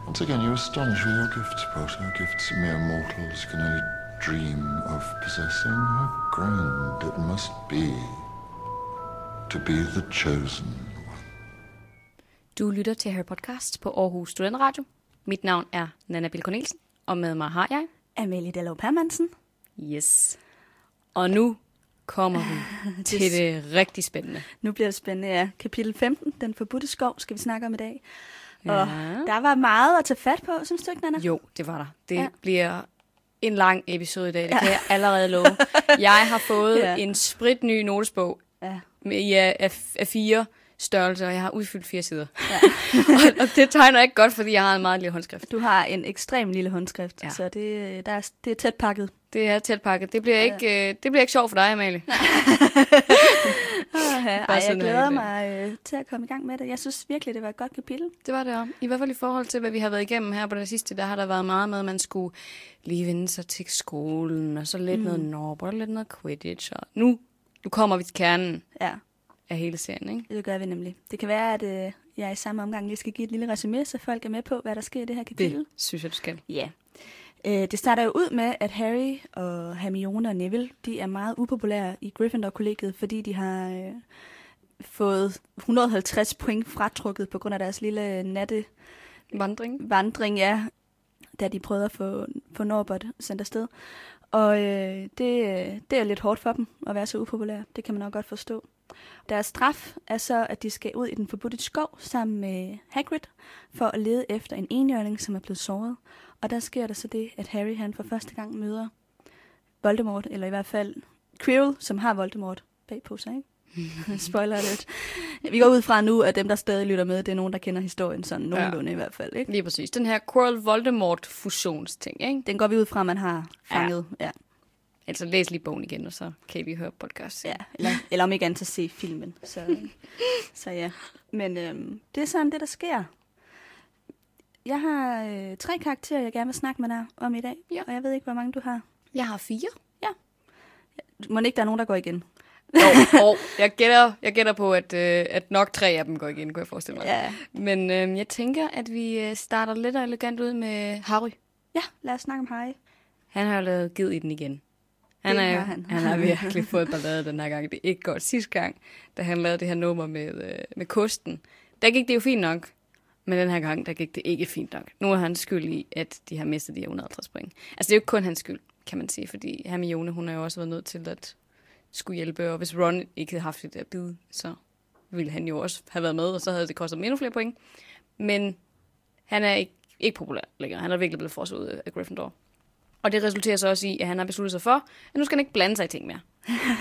Once again, you astonish with your gifts, Potter. Gifts mere mortals can only dream of possessing. How grand it must be to be the chosen one. Du lytter til Harry Podcast på Aarhus Studenterradio. Mit navn er Nanna Bill Cornelsen, og med mig har jeg Amelie Dellerup Hermansen. Yes. Og nu kommer vi til det rigtig spændende. Nu bliver det spændende, ja. Kapitel 15, Den forbudte skov, skal vi snakke om i dag. Ja. Og der var meget at tage fat på, synes du ikke, Nanna? Jo, det var der. Det bliver en lang episode i dag, det kan jeg allerede love. Jeg har fået en spritny notesbog af 4 størrelser, og jeg har udfyldt 4 sider. Ja. og det tegner ikke godt, fordi jeg har en meget lille håndskrift. Du har en ekstrem lille håndskrift, så det er tæt pakket. Det er tæt pakket. Det bliver ikke sjovt for dig, Amalie. Jeg glæder mig til at komme i gang med det. Jeg synes virkelig, det var et godt kapitel. Det var det også. I hvert fald i forhold til, hvad vi har været igennem her på det sidste, der har der været meget med, at man skulle lige vende sig til skolen, og så lidt noget Norb, og lidt noget Quidditch. Og nu kommer vi til kernen af hele serien, ikke? Det gør vi nemlig. Det kan være, at jeg i samme omgang lige skal give et lille resumé, så folk er med på, hvad der sker i det her kapitel. Det synes jeg, du skal. Ja. Det starter jo ud med, at Harry og Hermione og Neville, de er meget upopulære i Gryffindor-kollegiet, fordi de har fået 150 point fratrukket på grund af deres lille vandring, da de prøvede at få Norbert sendt afsted. Og det er lidt hårdt for dem at være så upopulære. Det kan man nok godt forstå. Deres straf er så, at de skal ud i den forbudte skov sammen med Hagrid for at lede efter en enhjørning, som er blevet såret. Og der sker der så det, at Harry han for første gang møder Voldemort, eller i hvert fald Quirrell, som har Voldemort bag på sig, ikke? Spoiler lidt. Vi går ud fra nu, at dem, der stadig lytter med, det er nogen, der kender historien sådan nogenlunde i hvert fald, ikke? Lige præcis. Den her Quirrell-Voldemort-fusionsting, ikke? Den går vi ud fra, man har fanget, ja. Altså læs lige bogen igen, og så kan vi høre podcast. Ja, eller om ikke andet, så se filmen. Så ja. Men det er sådan det, der sker. Jeg har 3 karakterer, jeg gerne vil snakke med dig om i dag. Ja. Og jeg ved ikke, hvor mange du har. Jeg har 4. Ja. Må ikke, der er nogen, der går igen? Jo, jeg gætter på, at nok 3 af dem går igen, kunne jeg forestille mig. Ja. Men jeg tænker, at vi starter lidt og elegant ud med Harry. Ja, lad os snakke om Harry. Han har jo lavet gid i den igen. Han har virkelig fået ballade den her gang. Det er ikke godt. Sidste gang, da han lavede det her nummer med kosten, der gik det jo fint nok. Men den her gang, der gik det ikke fint nok. Nu er han skyld i, at de har mistet de her 150 point. Altså, det er jo ikke kun hans skyld, kan man sige. Fordi Hermione, hun har jo også været nødt til at skulle hjælpe. Og hvis Ron ikke havde haft det der bid, så ville han jo også have været med. Og så havde det kostet endnu flere point. Men han er ikke populær længere. Han er virkelig blevet forset ud af Gryffindor. Og det resulterer så også i, at han har besluttet sig for, at nu skal han ikke blande sig i ting mere.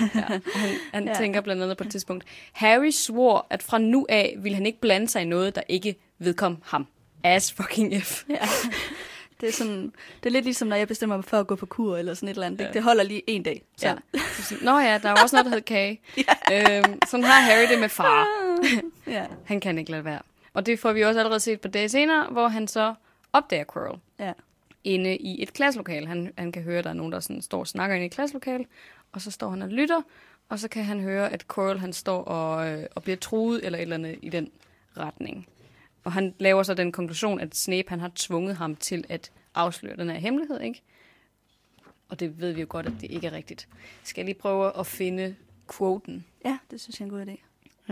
Han tænker blandt andet på et tidspunkt. Harry svor, at fra nu af ville han ikke blande sig i noget, der ikke vedkom ham. As fucking if. Ja. Det er lidt ligesom, når jeg bestemmer mig for at gå på kur eller sådan et eller andet. Ja. Det holder lige en dag. Så. Ja. Nå ja, der er også noget, der hedder kage. Sådan har Harry det med far. Ja. Han kan ikke lade være. Og det får vi også allerede set på dage senere, hvor han så opdager Quirrell. Ja. Inde i et klasselokale. Han kan høre, at der er nogen, der sådan står og snakker inde i et klasselokale, og så står han og lytter, og så kan han høre, at Quirrell han står og bliver truet eller et eller andet i den retning. Og han laver så den konklusion, at Snape han har tvunget ham til at afsløre den her hemmelighed, ikke? Og det ved vi jo godt, at det ikke er rigtigt. Skal jeg lige prøve at finde quoten? Ja, det synes jeg er en god idé.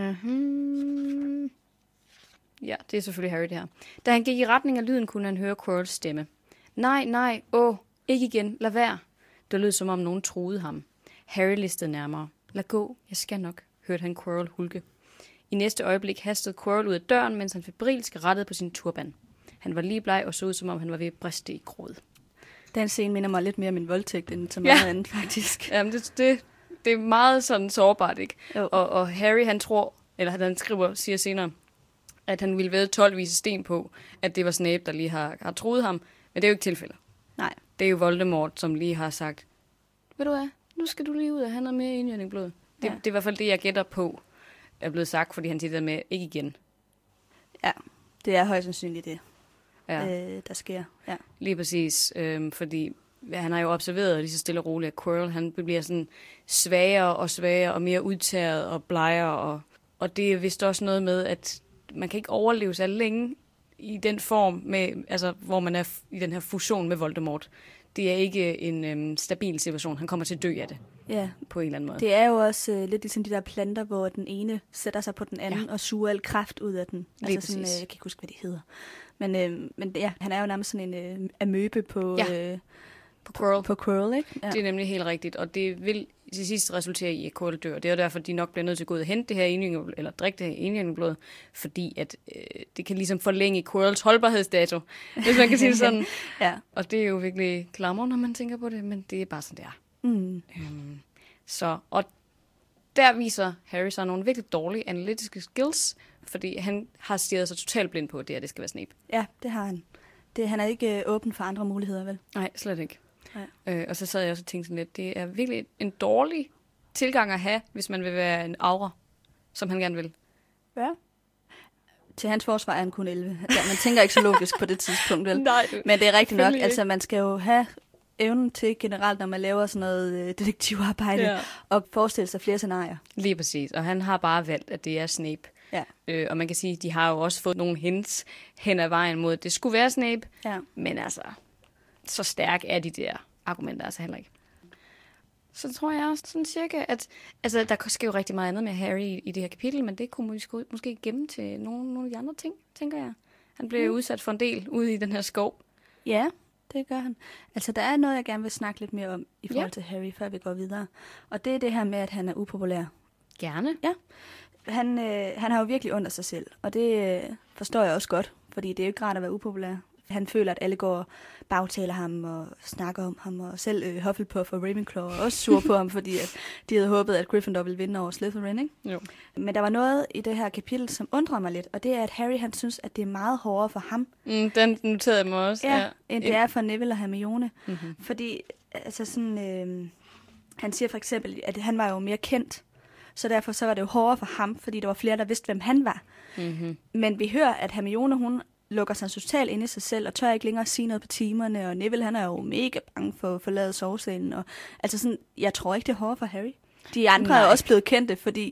Mm-hmm. Ja, det er selvfølgelig Harry det her. Da han gik i retning af lyden, kunne han høre Quirrells stemme. Nej, ikke igen, lad være. Det lød som om nogen troede ham. Harry listede nærmere. Lad gå, jeg skal nok, hørte han Quirrell hulke. I næste øjeblik hastede Quirrell ud af døren, mens han febrilsk rettede på sin turban. Han var lige bleg og så ud, som om han var ved at briste i gråd. Den scene minder mig lidt mere om min voldtægt, end så meget andet, faktisk. Jamen, det er meget sådan sårbart, ikke? Og Harry, han siger senere, at han ville vædde 12 vise sten på, at det var Snape, der lige har troet ham. Men det er jo ikke tilfældet. Nej. Det er jo Voldemort, som lige har sagt, ved du hvad, nu skal du lige ud og have noget mere indjørningblod. Det er i hvert fald det, jeg gætter på, er blevet sagt, fordi han siger det med, ikke igen. Ja, det er højst sandsynligt det, der sker. Ja. Lige præcis, fordi han har jo observeret lige så stille og roligt, at Quirrell, han bliver sådan svagere og mere udtæret og blegere. Og det er vist også noget med, at man kan ikke overleve så længe i den form, med, altså, hvor man er i den her fusion med Voldemort. Det er ikke en stabil situation. Han kommer til at dø af det. Ja. På en eller anden måde. Det er jo også lidt ligesom de der planter, hvor den ene sætter sig på den anden og suger al kraft ud af den. Altså sådan, jeg kan ikke huske, hvad de hedder. Men ja, han er jo nærmest sådan en amøbe på Quirrell. På Quirrell, ikke? Ja. Det er nemlig helt rigtigt, og det vil til sidst resultere i, at Quirrell dør. Det er derfor, de nok bliver nødt til at gå ud og hente det her enhjørningblod, eller drikke det her enhjørningblod, fordi at det kan ligesom forlænge Quirrells holdbarhedsdato, hvis man kan sige det sådan. Ja. Og det er jo virkelig klammer, når man tænker på det, men det er bare sådan, det er. Og der viser Harry så nogle virkelig dårlige analytiske skills, fordi han har stirret sig totalt blind på, at det skal være Snape. Ja, det har han. Han er ikke åben for andre muligheder, vel? Nej, slet ikke. Og så sad jeg også og tænkte sådan lidt, det er virkelig en dårlig tilgang at have, hvis man vil være en aura, som han gerne vil. Ja. Til hans forsvar er han kun 11. Man tænker ikke så logisk på det tidspunkt, vel? Nej, men det er rigtigt nok. Altså, man skal jo have evnen til generelt, når man laver sådan noget detektivarbejde, og forestille sig flere scenarier. Lige præcis. Og han har bare valgt, at det er Snape. Ja. Og man kan sige, at de har jo også fået nogle hints hen ad vejen mod, at det skulle være Snape. Ja. Men altså, så stærk er de der argumenter altså heller ikke. Så tror jeg også sådan cirka, at altså, der sker jo rigtig meget andet med Harry i det her kapitel, men det kunne måske gemme til nogle af de andre ting, tænker jeg. Han blev udsat for en del ude i den her skov. Ja, det gør han. Altså, der er noget, jeg gerne vil snakke lidt mere om i forhold til Harry, før vi går videre. Og det er det her med, at han er upopulær. Gerne. Ja. Han har jo virkelig under sig selv, og det forstår jeg også godt, fordi det er jo ikke rart at være upopulær. Han føler, at alle går og bagtaler ham og snakker om ham, og selv Hufflepuff og Ravenclaw er også sur på ham, fordi at de havde håbet, at Gryffindor ville vinde over Slytherin, ikke? Jo. Men der var noget i det her kapitel, som undrer mig lidt, og det er, at Harry han synes, at det er meget hårdere for ham. Den noterede jeg mig også. Ja, end det er for Neville og Hermione. Mm-hmm. Fordi altså sådan, han siger for eksempel, at han var jo mere kendt, så derfor så var det jo hårdere for ham, fordi der var flere, der vidste, hvem han var. Mm-hmm. Men vi hører, at Hermione, hun lukker sig totalt inde i sig selv, og tør ikke længere sige noget på timerne, og Neville, han er jo mega bange for at forlade sovesalen. Og, altså sådan, jeg tror ikke, det er hårdere for Harry. De andre er også blevet kendte, fordi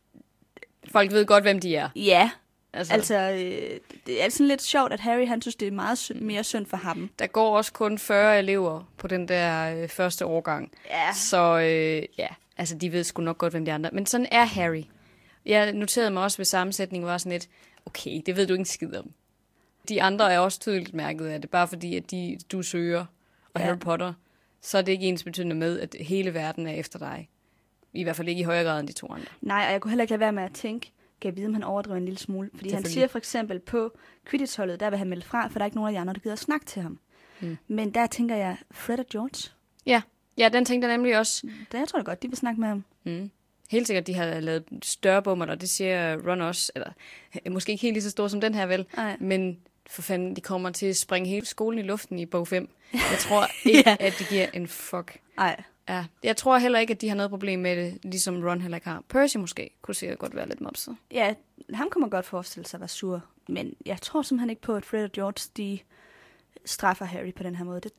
folk ved godt, hvem de er. Ja, altså det er sådan lidt sjovt, at Harry, han synes, det er meget mere synd for ham. Der går også kun 40 elever på den der første årgang. Ja. Så altså de ved sgu nok godt, hvem de andre. Men sådan er Harry. Jeg noterede mig også ved sammensætningen, var sådan lidt, okay, det ved du ikke en skid om. De andre er også tydeligt mærket af det, bare fordi, at du søger og Harry Potter, så er det ikke ensbetydende med, at hele verden er efter dig. I hvert fald ikke i højere grad end de to andre. Nej, og jeg kunne heller ikke lade være med at tænke, kan jeg vide, om han overdriver en lille smule. Fordi han siger for eksempel på Quidditch-holdet, der vil han melde fra, for der er ikke nogen af de andre, der gider at snakke til ham. Men der tænker jeg, Fred og George. Ja, den tænkte jeg nemlig også. Jeg tror da godt, de vil snakke med ham. Helt sikkert, de har lavet større bomber, og det siger Ron også. Eller, måske ikke helt lige så stor som den her, vel? Ej. Men for fanden, de kommer til at springe hele skolen i luften i bog 5. Jeg tror ikke, at de giver en fuck. Nej. Ja, jeg tror heller ikke, at de har noget problem med det, ligesom Ron heller ikke har. Percy måske kunne sikkert godt være lidt mopset. Ja, ham kunne man godt forestille sig at være sur. Men jeg tror simpelthen ikke på, at Fred og George, de straffer Harry på den her måde.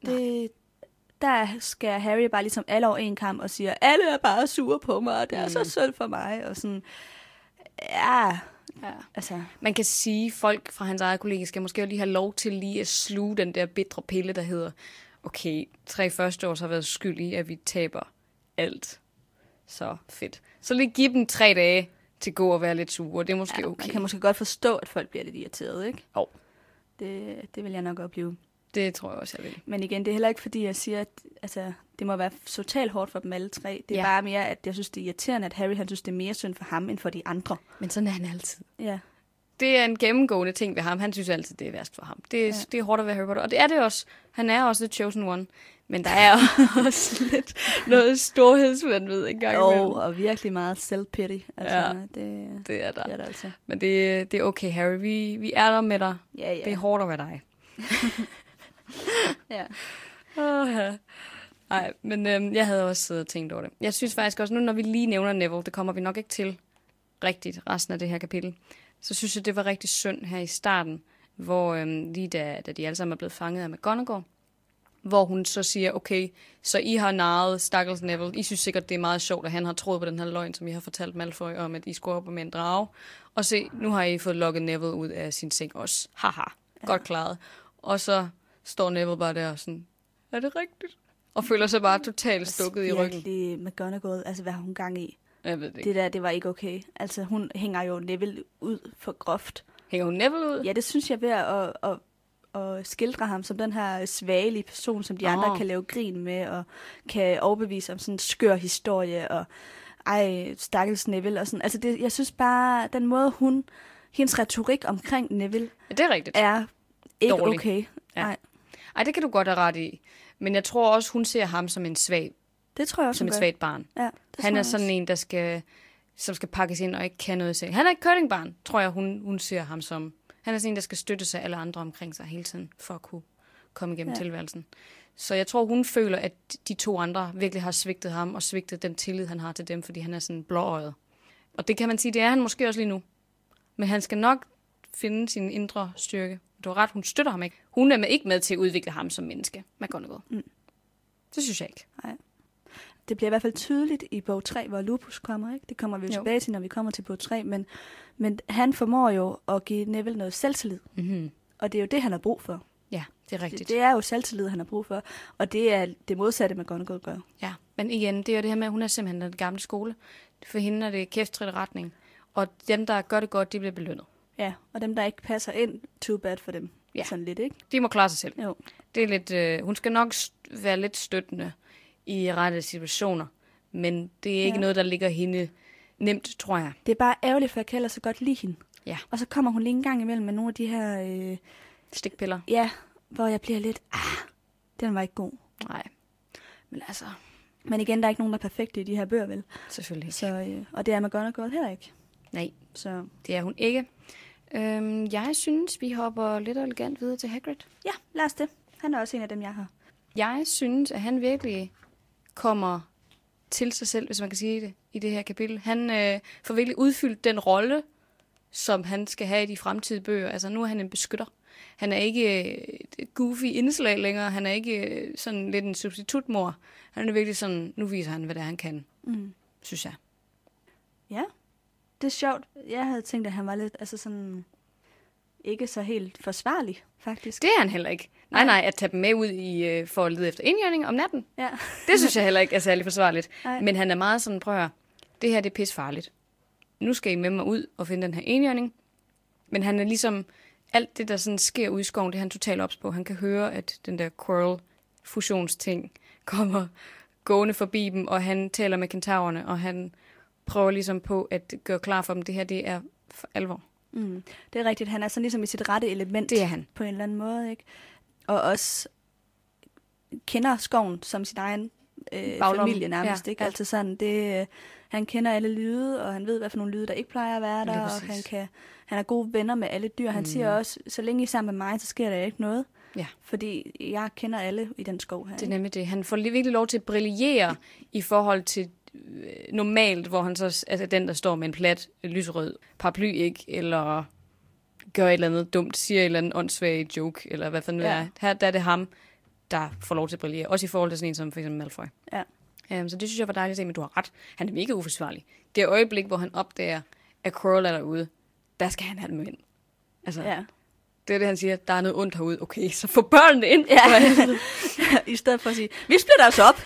Der skal Harry bare ligesom alle over en kamp og siger, alle er bare sure på mig, og det er så synd for mig. Og sådan, ja. Altså. Man kan sige, at folk fra hans eget kollega skal måske lige have lov til lige at sluge den der bitre pille, der hedder, okay, 3 første år har været skyld i, at vi taber alt. Så fedt. Så lige give dem 3 dage til at gå og være lidt sure. Det er måske okay. Man kan måske godt forstå, at folk bliver lidt irriteret, ikke? Jo. Det vil jeg nok opleve. Det tror jeg også, jeg vil. Men igen, det er heller ikke, fordi jeg siger, at altså, det må være totalt hårdt for dem alle 3. Det er bare mere, at jeg synes, det er irriterende, at Harry han synes, det er mere synd for ham, end for de andre. Men sådan er han altid. Ja. Det er en gennemgående ting ved ham. Han synes altid, det er værst for ham. Det er hårdt at være Harry Potter. Og det er det også. Han er også the chosen one. Men der er også lidt noget storhedsvanvid engang imellem. Og virkelig meget self-pity. Altså, det er der. Det er der altså. Men det er okay, Harry. Vi er der med dig. Ja. Det er hårdt at være dig. Ja. Nej, men jeg havde også siddet og tænkt over det. Jeg synes faktisk også, nu når vi lige nævner Neville, det kommer vi nok ikke til rigtigt resten af det her kapitel, så synes jeg, det var rigtig synd her i starten, hvor lige da de alle sammen er blevet fanget af McGonagall, hvor hun så siger, okay, så I har narret stakkels Neville. I synes sikkert, det er meget sjovt, at han har troet på den her løgn, som I har fortalt Malfoy om, at I skulle op med en drage. Og se, nu har I fået lukket Neville ud af sin seng også. Haha. Godt klaret. Og så står Neville bare der og sådan, er det rigtigt? Og føler sig bare totalt stukket i ryggen. Virkelig McGonagall, altså hvad har hun gang i? Jeg ved det ikke. Det var ikke okay. Altså hun hænger jo Neville ud for groft. Hænger hun Neville ud? Ja, det synes jeg ved at skildre ham som den her svagelige person, som de andre kan lave grin med, og kan overbevise om sådan en skør historie, og stakkels Neville, og sådan. Altså jeg synes bare, den måde hendes retorik omkring Neville, ja, det er rigtigt. Er ikke dårlig. Okay. Ja. Ej, det kan du godt have ret i. Men jeg tror også, hun ser ham som en svag. Det tror jeg også, som et svagt barn. Ja, han er sådan en, som skal pakkes ind og ikke kan noget selv. Han er et curlingbarn, tror jeg, hun ser ham som. Han er sådan en, der skal støtte sig alle andre omkring sig hele tiden, for at kunne komme igennem tilværelsen. Så jeg tror, hun føler, at de to andre virkelig har svigtet ham, og svigtet den tillid, han har til dem, fordi han er sådan blåøjet. Og det kan man sige, det er han måske også lige nu. Men han skal nok finde sin indre styrke. Du har ret, hun støtter ham ikke. Hun er ikke med til at udvikle ham som menneske, McGonagall. Det synes jeg ikke. Nej. Det bliver i hvert fald tydeligt i bog 3, hvor Lupus kommer, ikke? Det kommer vi jo tilbage til, når vi kommer til bog 3, men han formår jo at give Neville noget selvtillid. Mm-hmm. Og det er jo det, han har brug for. Ja, det er rigtigt. Det er jo selvtillid, han har brug for, og det er det modsatte, McGonagall gør. Ja, men igen, det er jo det her med, at hun er simpelthen den gamle skole. For hende er det kæftrit retning, og dem, der gør det godt, de bliver belønnet. Ja, og dem, der ikke passer ind, too bad for dem. Ja. Sådan lidt, ikke? De må klare sig selv. Jo. Det er lidt, hun skal nok være lidt støttende i rette situationer, men det er ikke noget, der ligger hende nemt, tror jeg. Det er bare ærgerligt, for jeg kan ellers så godt lide hende. Ja. Og så kommer hun lige en gang imellem med nogle af de her... stikpiller. Ja, hvor jeg bliver lidt... den var ikke god. Nej, men altså... Men igen, der er ikke nogen, der er perfekte i de her bøger, vel? Selvfølgelig ikke. Så, og det er McGonagall heller ikke. Nej, så det er hun ikke. Jeg synes, vi hopper lidt elegant videre til Hagrid. Ja, lad os det. Han er også en af dem, jeg har. Jeg synes, at han virkelig kommer til sig selv, hvis man kan sige det, i det her kapitel. Han får virkelig udfyldt den rolle, som han skal have i de fremtidige bøger. Altså, nu er han en beskytter. Han er ikke et goofy indslag længere. Han er ikke sådan lidt en substitutmor. Han er virkelig sådan, nu viser han, hvad det er, han kan, synes jeg. Ja, det er sjovt. Jeg havde tænkt, at han var lidt, altså sådan, ikke så helt forsvarlig, faktisk. Det er han heller ikke. Nej, at tage dem med ud i, for at lede efter indjørning om natten. Ja. Det synes jeg heller ikke er særlig forsvarligt. Nej. Men han er meget sådan, prøv at høre, det her det er pissefarligt. Nu skal I med mig ud og finde den her indjørning. Men han er ligesom, alt det, der sådan sker ude i skoven, det er han totalt ops på. Han kan høre, at den der Quirrell-fusionsting kommer gående forbi dem, og han taler med kentaurerne, og han prøver ligesom på at gøre klar for dem, det her det er for alvor. Det er rigtigt. Han er sådan ligesom i sit rette element. Det er han. På en eller anden måde, ikke? Og også kender skoven som sin egen familie nærmest, ikke? Ja. Altså sådan, han kender alle lyde, og han ved, hvad for nogle lyde, der ikke plejer at være der, og han er gode venner med alle dyr. Han siger også, så længe I er sammen med mig, så sker der ikke noget. Ja. Fordi jeg kender alle i den skov her. Det er nemlig det. Han får virkelig lov til at brillere i forhold til normalt, hvor han så altså den, der står med en plat lyserød paraply, ikke? Eller gør et eller andet dumt, siger et eller andet åndssvagt joke, eller hvad for nu er. Her der er det ham, der får lov til at brillere. Også i forhold til sådan en som for eksempel Malfoy. Ja. Så det synes jeg var dejligt at se, men du har ret. Han er mega uforsvarlig. Det øjeblik, hvor han opdager, at Quirrell er derude, der skal han have dem ind. Altså, det er det, han siger, der er noget ondt herude. Okay, så få børnene ind. Ja. I stedet for at sige, vi splitter os op.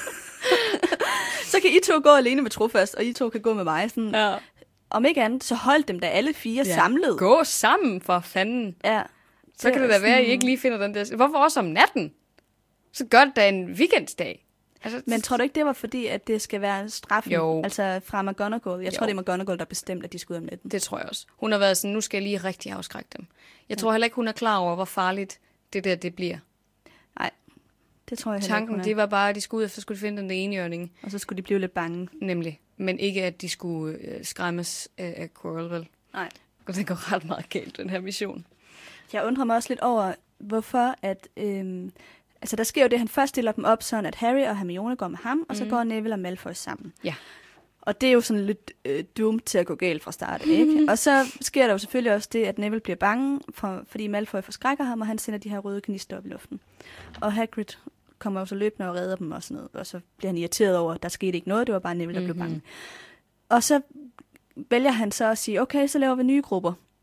Så kan I to gå alene med Trofast, og I to kan gå med mig. Sådan. Ja. Om ikke andet, så hold dem da alle fire samlet. Gå sammen, for fanden. Ja. Så kan det da være, at I ikke lige finder den der... Hvorfor også om natten? Så gør det da en weekendsdag. Altså, men tror du ikke, det var fordi, at det skal være straffen? Jo. Altså fra McGonagall. Jeg tror, det er McGonagall, der bestemt, at de skal ud om natten. Det tror jeg også. Hun har været sådan, nu skal jeg lige rigtig afskrække dem. Jeg tror heller ikke, hun er klar over, hvor farligt det bliver. Nej, det tror jeg heller Tanken, ikke, det var bare, at de skulle ud, og så skulle de finde den enhjørning. Og så skulle de blive lidt bange. Nemlig. Men ikke, at de skulle skræmmes af Quirrell, vel? Nej. Og det går ret meget galt, den her mission. Jeg undrer mig også lidt over, hvorfor at... altså, der sker jo det, han først stiller dem op, sådan at Harry og Hermione går med ham, og så går Neville og Malfoy sammen. Ja. Og det er jo sådan lidt dumt til at gå galt fra start, ikke? Og så sker der jo selvfølgelig også det, at Neville bliver bange, fordi Malfoy forskrækker ham, og han sender de her røde gnister op i luften. Og Hagrid kommer jo så løbende og redder dem og sådan noget, og så bliver han irriteret over, at der skete ikke noget, det var bare Neville, der blev bange. Og så vælger han så at sige, okay, så laver vi nye grupper.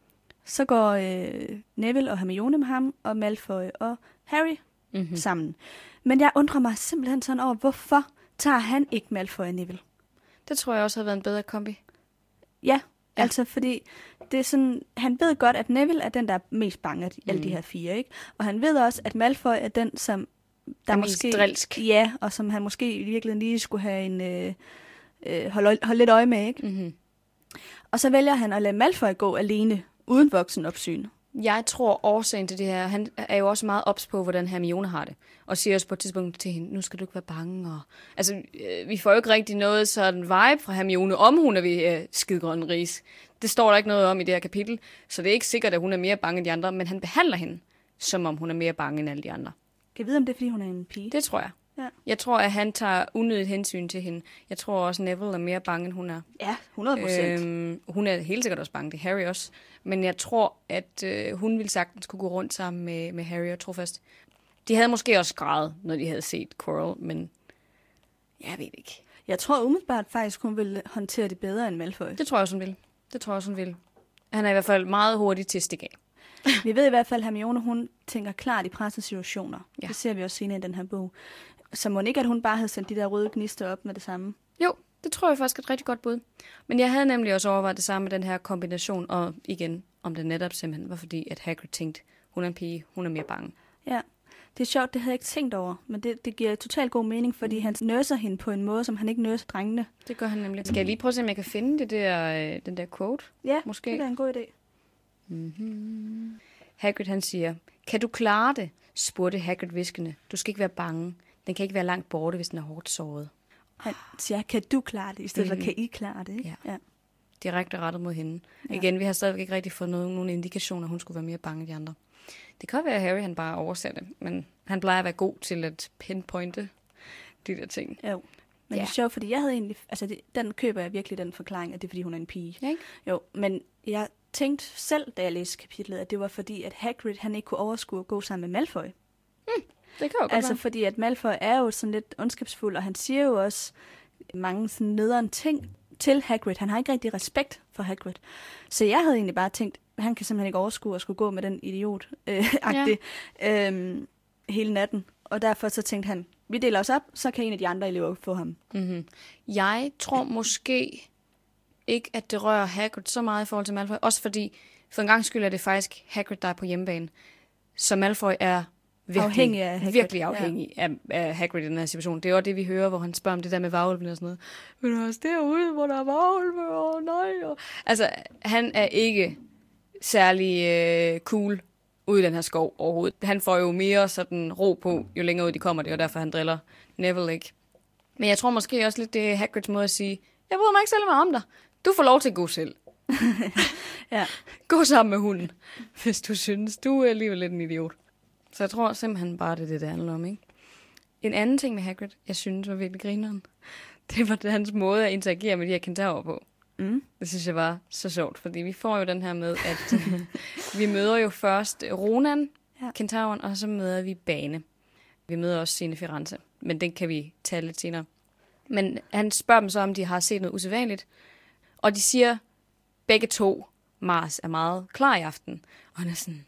så går Neville og Hermione med ham, og Malfoy og Harry sammen. Men jeg undrer mig simpelthen sådan over, hvorfor tager han ikke Malfoy og Neville? Det tror jeg også havde været en bedre kombi. Ja, altså fordi det er sådan, han ved godt, at Neville er den, der er mest bange af alle de her 4, ikke? Og han ved også, at Malfoy er den, som der er måske drilsk. Ja, og som han måske i virkeligheden lige skulle have en holde lidt øje med, ikke? Mm-hmm. Og så vælger han at lade Malfoy gå alene, uden voksenopsyn. Jeg tror, årsagen til det her, han er jo også meget ops på, hvordan Hermione har det. Og siger også på et tidspunkt til hende, nu skal du ikke være bange. Og, altså, vi får jo ikke rigtig noget sådan vibe fra Hermione, om hun er ved skidegrønne ris. Det står der ikke noget om i det her kapitel, så det er ikke sikkert, at hun er mere bange end de andre, men han behandler hende, som om hun er mere bange end alle de andre. Kan jeg vide, om det er, fordi hun er en pige? Det tror jeg. Ja. Jeg tror, at han tager unødigt hensyn til hende. Jeg tror også, Neville er mere bange, end hun er. Ja, 100%. Hun er helt sikkert også bange, det er Harry også. Men jeg tror, at hun ville sagtens kunne gå rundt sammen med Harry og Trofast. De havde måske også grædet, når de havde set Quirrell, men jeg ved ikke. Jeg tror umiddelbart faktisk, hun ville håndtere det bedre end Malfoy. Det tror jeg også, hun vil. Han er i hvert fald meget hurtig til at stikke af. Vi ved i hvert fald, at Hermione, hun tænker klart i pressede situationer. Ja. Det ser vi også senere i den her bog. Så må ikke, at hun bare havde sendt de der røde gnister op med det samme? Jo, det tror jeg faktisk er et rigtig godt bud. Men jeg havde nemlig også overvejet det samme med den her kombination, og igen, om det netop simpelthen var fordi, at Hagrid tænkte, hun er en pige, hun er mere bange. Ja, det er sjovt, det havde jeg ikke tænkt over, men det giver totalt god mening, fordi han nørser hende på en måde, som han ikke nørser drengene. Det gør han nemlig. Skal jeg lige prøve at se, om jeg kan finde den der quote? Ja, måske. Det er en god idé. Mm-hmm. Hagrid han siger, kan du klare det? Spurgte Hagrid hviskende. Du skal ikke være bange. Den kan ikke være langt borte, hvis den er hårdt såret. Han siger, kan du klare det, i stedet for kan I klare det? Ikke? Ja. Direkte rettet mod hende. Ja. Igen, vi har stadigvæk ikke rigtig fået nogle indikationer, hun skulle være mere bange end de andre. Det kan være, at Harry han bare oversatte, men han plejer at være god til at pinpointe de der ting. Jo, men det er sjovt, fordi jeg havde egentlig, altså den køber jeg virkelig, den forklaring, at det er, fordi hun er en pige. Ja, ikke? Jo, men jeg tænkte selv, da jeg læste kapitlet, at det var fordi, at Hagrid han ikke kunne overskue at gå sammen med Malfoy. Det kan jo godt altså være. fordi, at Malfoy er jo sådan lidt ondskabsfuld, og han siger jo også mange sådan nederen ting til Hagrid. Han har ikke rigtig respekt for Hagrid. Så jeg havde egentlig bare tænkt, at han kan simpelthen ikke overskue at skulle gå med den idiot-agtig hele natten. Og derfor så tænkte han, vi deler os op, så kan en af de andre elever få ham. Mm-hmm. Jeg tror måske ikke, at det rører Hagrid så meget i forhold til Malfoy. Også fordi, for en gang skyld er det faktisk Hagrid, der er på hjemmebane. Så Malfoy er virkelig afhængig af Hagrid i den her situation. Det er også det, vi hører, hvor han spørger om det der med varulven og sådan noget. Men der er også derude, hvor der er varulve, nej. Altså, han er ikke særlig cool ude i den her skov overhovedet. Han får jo mere sådan ro på, jo længere ud de kommer. Det er derfor, han driller Neville, ikke? Men jeg tror måske også lidt, det er Hagrids måde at sige, jeg bryder mig ikke selv meget om dig. Du får lov til at gå selv. Ja. Gå sammen med hunden, hvis du synes, du er alligevel lidt en idiot. Så jeg tror simpelthen bare, det handler om, ikke? En anden ting med Hagrid, jeg synes var virkelig grineren, det var hans måde at interagere med de her kentaurer på. Mm. Det synes jeg var så sjovt, fordi vi får jo den her med, at vi møder jo først Ronan, kentauren, og så møder vi Bane. Vi møder også Signe Firenze, men den kan vi tage lidt senere. Men han spørger dem så, om de har set noget usædvanligt, og de siger begge to, Mars er meget klar i aften. Og han er sådan,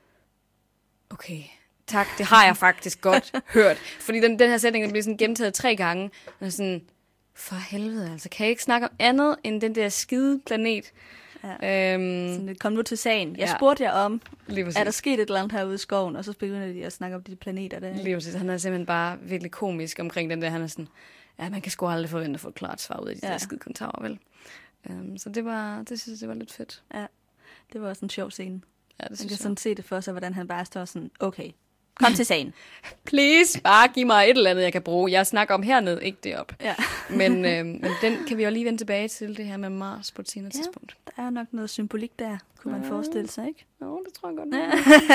okay, tak, det har jeg faktisk godt hørt. Fordi den her sætning bliver sådan gentaget 3 gange. Og sådan, for helvede, altså, kan jeg ikke snakke om andet end den der skide planet? Ja. Sådan lidt, kom nu til sagen. Jeg spurgte jer om, er der sket et eller andet herude i skoven? Og så begynder de at snakke om de planeter der. Lige præcis. Han er simpelthen bare virkelig komisk omkring den der. Han er sådan, ja, man kan sgu aldrig forvente at få et klart svar ud af de der skide kommentarer, vel? Så det synes jeg var lidt fedt. Ja, det var også en sjov scene. Ja, det man kan sådan se det for sig, hvordan han bare står sådan, okay, kom til sagen. Please, bare giv mig et eller andet, jeg kan bruge. Jeg snakker om hernede, ikke deroppe. Ja. men den kan vi jo lige vende tilbage til, det her med Mars på et senere tidspunkt. Der er nok noget symbolik der, kunne man forestille sig, ikke? Jo, det tror jeg godt.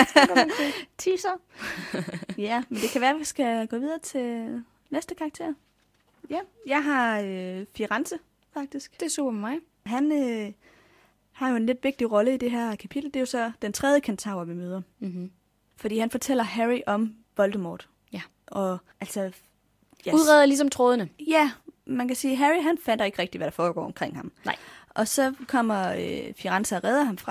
Teaser. Ja, men det kan være, at vi skal gå videre til næste karakter. Ja, jeg har Firenze, faktisk. Det er super med mig. Han har jo en lidt vigtig rolle i det her kapitel. Det er jo så den 3. kentaur, vi møder. Mm-hmm. Fordi han fortæller Harry om Voldemort. Ja. Og altså... Yes. Udreder ligesom trådene. Ja, man kan sige, at Harry han fatter ikke rigtigt, hvad der foregår omkring ham. Nej. Og så kommer Firenze og redder ham fra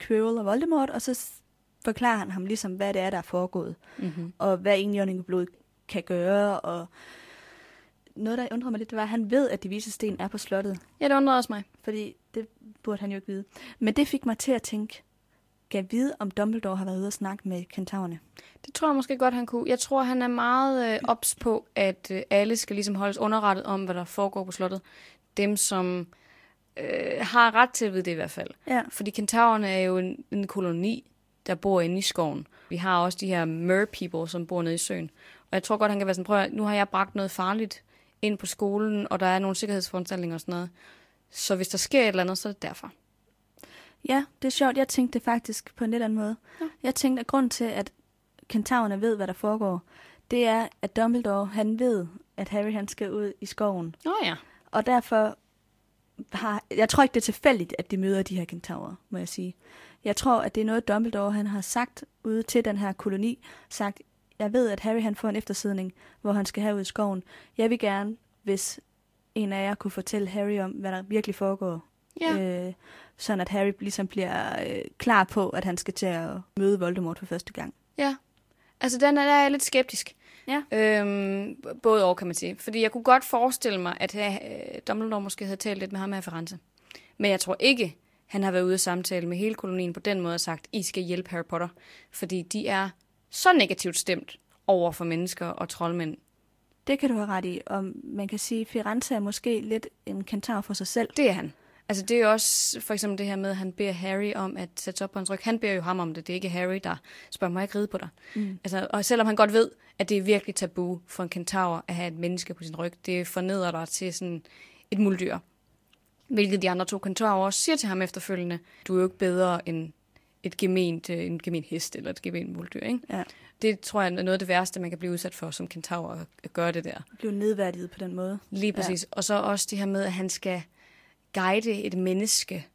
Quirrell og Voldemort, og så forklarer han ham ligesom, hvad det er, der er foregået, og hvad enhjørningens blod kan gøre, og noget, der undrer mig lidt, det var, at han ved, at de vise sten er på slottet. Ja, det undrede også mig. Fordi det burde han jo ikke vide. Men det fik mig til at tænke, kan jeg vide, om Dumbledore har været ude og snakke med kentaurerne? Det tror jeg måske godt, han kunne. Jeg tror, han er meget ops på, at alle skal ligesom holdes underrettet om, hvad der foregår på slottet. Dem, som har ret til at vide det i hvert fald. Ja. Fordi kentaurerne er jo en koloni, der bor inde i skoven. Vi har også de her mer-people, som bor nede i søen. Og jeg tror godt, han kan være sådan, prøv at, nu har jeg bragt noget farligt ind på skolen, og der er nogle sikkerhedsforanstaltninger og sådan noget. Så hvis der sker et eller andet, så er det derfor. Ja, det er sjovt. Jeg tænkte det faktisk på en lidt anden måde. Ja. Jeg tænkte, at grunden til, at kentaurerne ved, hvad der foregår, det er, at Dumbledore, han ved, at Harry han skal ud i skoven. Ja. Og derfor jeg tror ikke, det er tilfældigt, at de møder de her kentaurer, må jeg sige. Jeg tror, at det er noget, Dumbledore han har sagt ude til den her koloni. Sagt, jeg ved, at Harry han får en eftersidning, hvor han skal herud i skoven. Jeg vil gerne, hvis en af jer kunne fortælle Harry om, hvad der virkelig foregår. Ja. Sådan at Harry ligesom bliver klar på, at han skal til at møde Voldemort for første gang. Ja, altså der er jeg lidt skeptisk. Ja. Både over, kan man sige. Fordi jeg kunne godt forestille mig, at Dumbledore måske havde talt lidt med ham her i Firenze. Men jeg tror ikke, han har været ude og samtale med hele kolonien på den måde og sagt, I skal hjælpe Harry Potter. Fordi de er så negativt stemt over for mennesker og troldmænd. Det kan du have ret i. Og man kan sige, at Firenze er måske lidt en kentaur for sig selv. Det er han. Altså det er jo også for eksempel det her med, at han beder Harry om at sætte sig op på hans ryg. Han beder jo ham om det. Det er ikke Harry, der spørger mig ikke ride på dig. Altså, og selvom han godt ved, at det er virkelig tabu for en kentaur at have et menneske på sin ryg, det fornedrer dig til sådan et muldyr. Hvilket de andre 2 kentaurer også siger til ham efterfølgende. Du er jo ikke bedre end en gement hest eller et gement muldyr, ikke? Ja. Det tror jeg er noget af det værste, man kan blive udsat for som kentaur at gøre det der. Blive nedværdiget på den måde. Lige præcis. Ja. Og så også det her med, at han skal guide et menneske.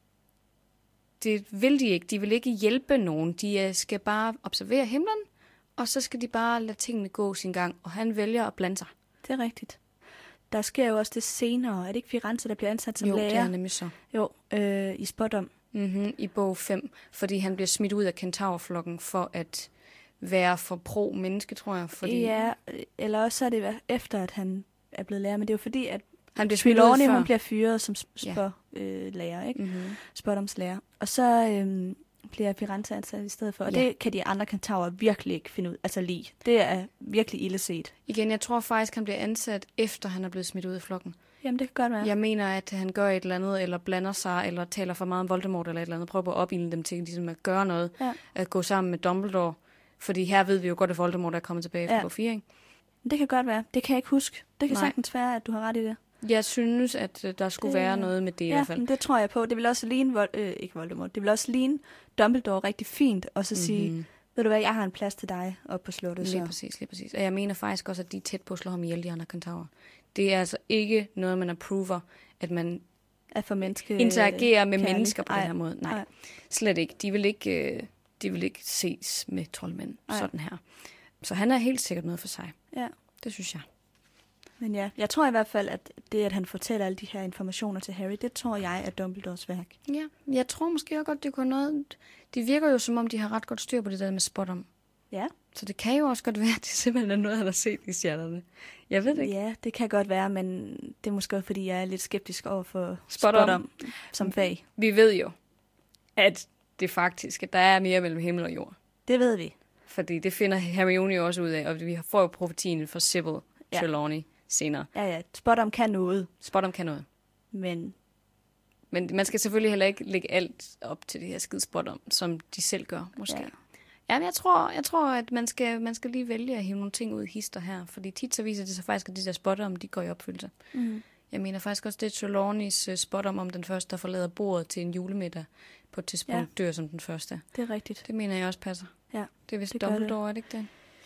Det vil de ikke. De vil ikke hjælpe nogen. De skal bare observere himlen, og så skal de bare lade tingene gå sin gang, og han vælger at blande sig. Det er rigtigt. Der sker jo også det senere. Er det ikke Firenze, der bliver ansat som lærer? Jo, det er nemlig så. Jo, i Spådom. I bog 5, fordi han bliver smidt ud af kentaurflokken for at være for pro-menneske, tror jeg. Fordi Ja, eller også er det efter, at han er blevet lærer, men det er jo fordi, at han bliver smidt ud før. Hun bliver fyret som lærer, ikke? Spådomslærer. Og så bliver Firenze ansat i stedet for. Og det kan de andre kentaurer virkelig ikke finde ud altså lige. Det er virkelig ille set. Igen, jeg tror faktisk, han bliver ansat efter han er blevet smidt ud af flokken. Jamen, det kan godt være. Jeg mener, at han gør et eller andet, eller blander sig, eller taler for meget om Voldemort, eller et eller andet. Prøver at opildne dem til ligesom at gøre noget. Ja. At gå sammen med Dumbledore. Fordi her ved vi jo godt, at Voldemort er kommet tilbage fra bog 4, ikke? Det kan godt være. Det kan jeg ikke huske. Det kan sagtens være, at du har ret i det. Jeg synes, at der skulle være noget med det i hvert fald. Ja, det tror jeg på. Det vil også ligne ikke Voldemort. Det vil også ligne Dumbledore rigtig fint, og så sige, ved du hvad, jeg har en plads til dig oppe på slottet. Lige præcis. Og jeg mener faktisk også, at de er tæt på at slå ham ihjel, de andre kentaurer. Det er altså ikke noget, man approver, at man interagerer med mennesker på den her måde. Nej, slet ikke. De vil ikke ses med troldmænd sådan her. Så han er helt sikkert noget for sig. Ja. Det synes jeg. Men ja, jeg tror i hvert fald, at det, at han fortæller alle de her informationer til Harry, det tror jeg er Dumbledores værk. Ja, jeg tror måske også godt, det kunne noget. Det virker jo, som om de har ret godt styr på det der med Spådom. Ja. Så det kan jo også godt være, at det simpelthen er noget, han har set i stjernerne. Jeg ved det ikke. Ja, det kan godt være, men det er måske også, fordi jeg er lidt skeptisk over for Spådom som fag. Vi ved jo, at det faktisk, at der er mere mellem himmel og jord. Det ved vi. Fordi det finder Hermione jo også ud af, og vi får jo profetien for Sybil Trelawney senere. Ja, Spådom kan noget. Spådom kan noget. Men man skal selvfølgelig heller ikke lægge alt op til det her skide Spådom, som de selv gør, måske. Ja, men jeg tror, at man skal lige vælge at hive nogle ting ud i hister her, fordi tit så viser det sig faktisk, at de der Spådom, de går i opfyldelse. Jeg mener faktisk også, det er Trelawneys Spådom om den første, der forlader bordet til en julemiddag på et tidspunkt dør som den første. Det er rigtigt. Det mener jeg også passer. Ja, det er vist Dumbledore, er det ikke det?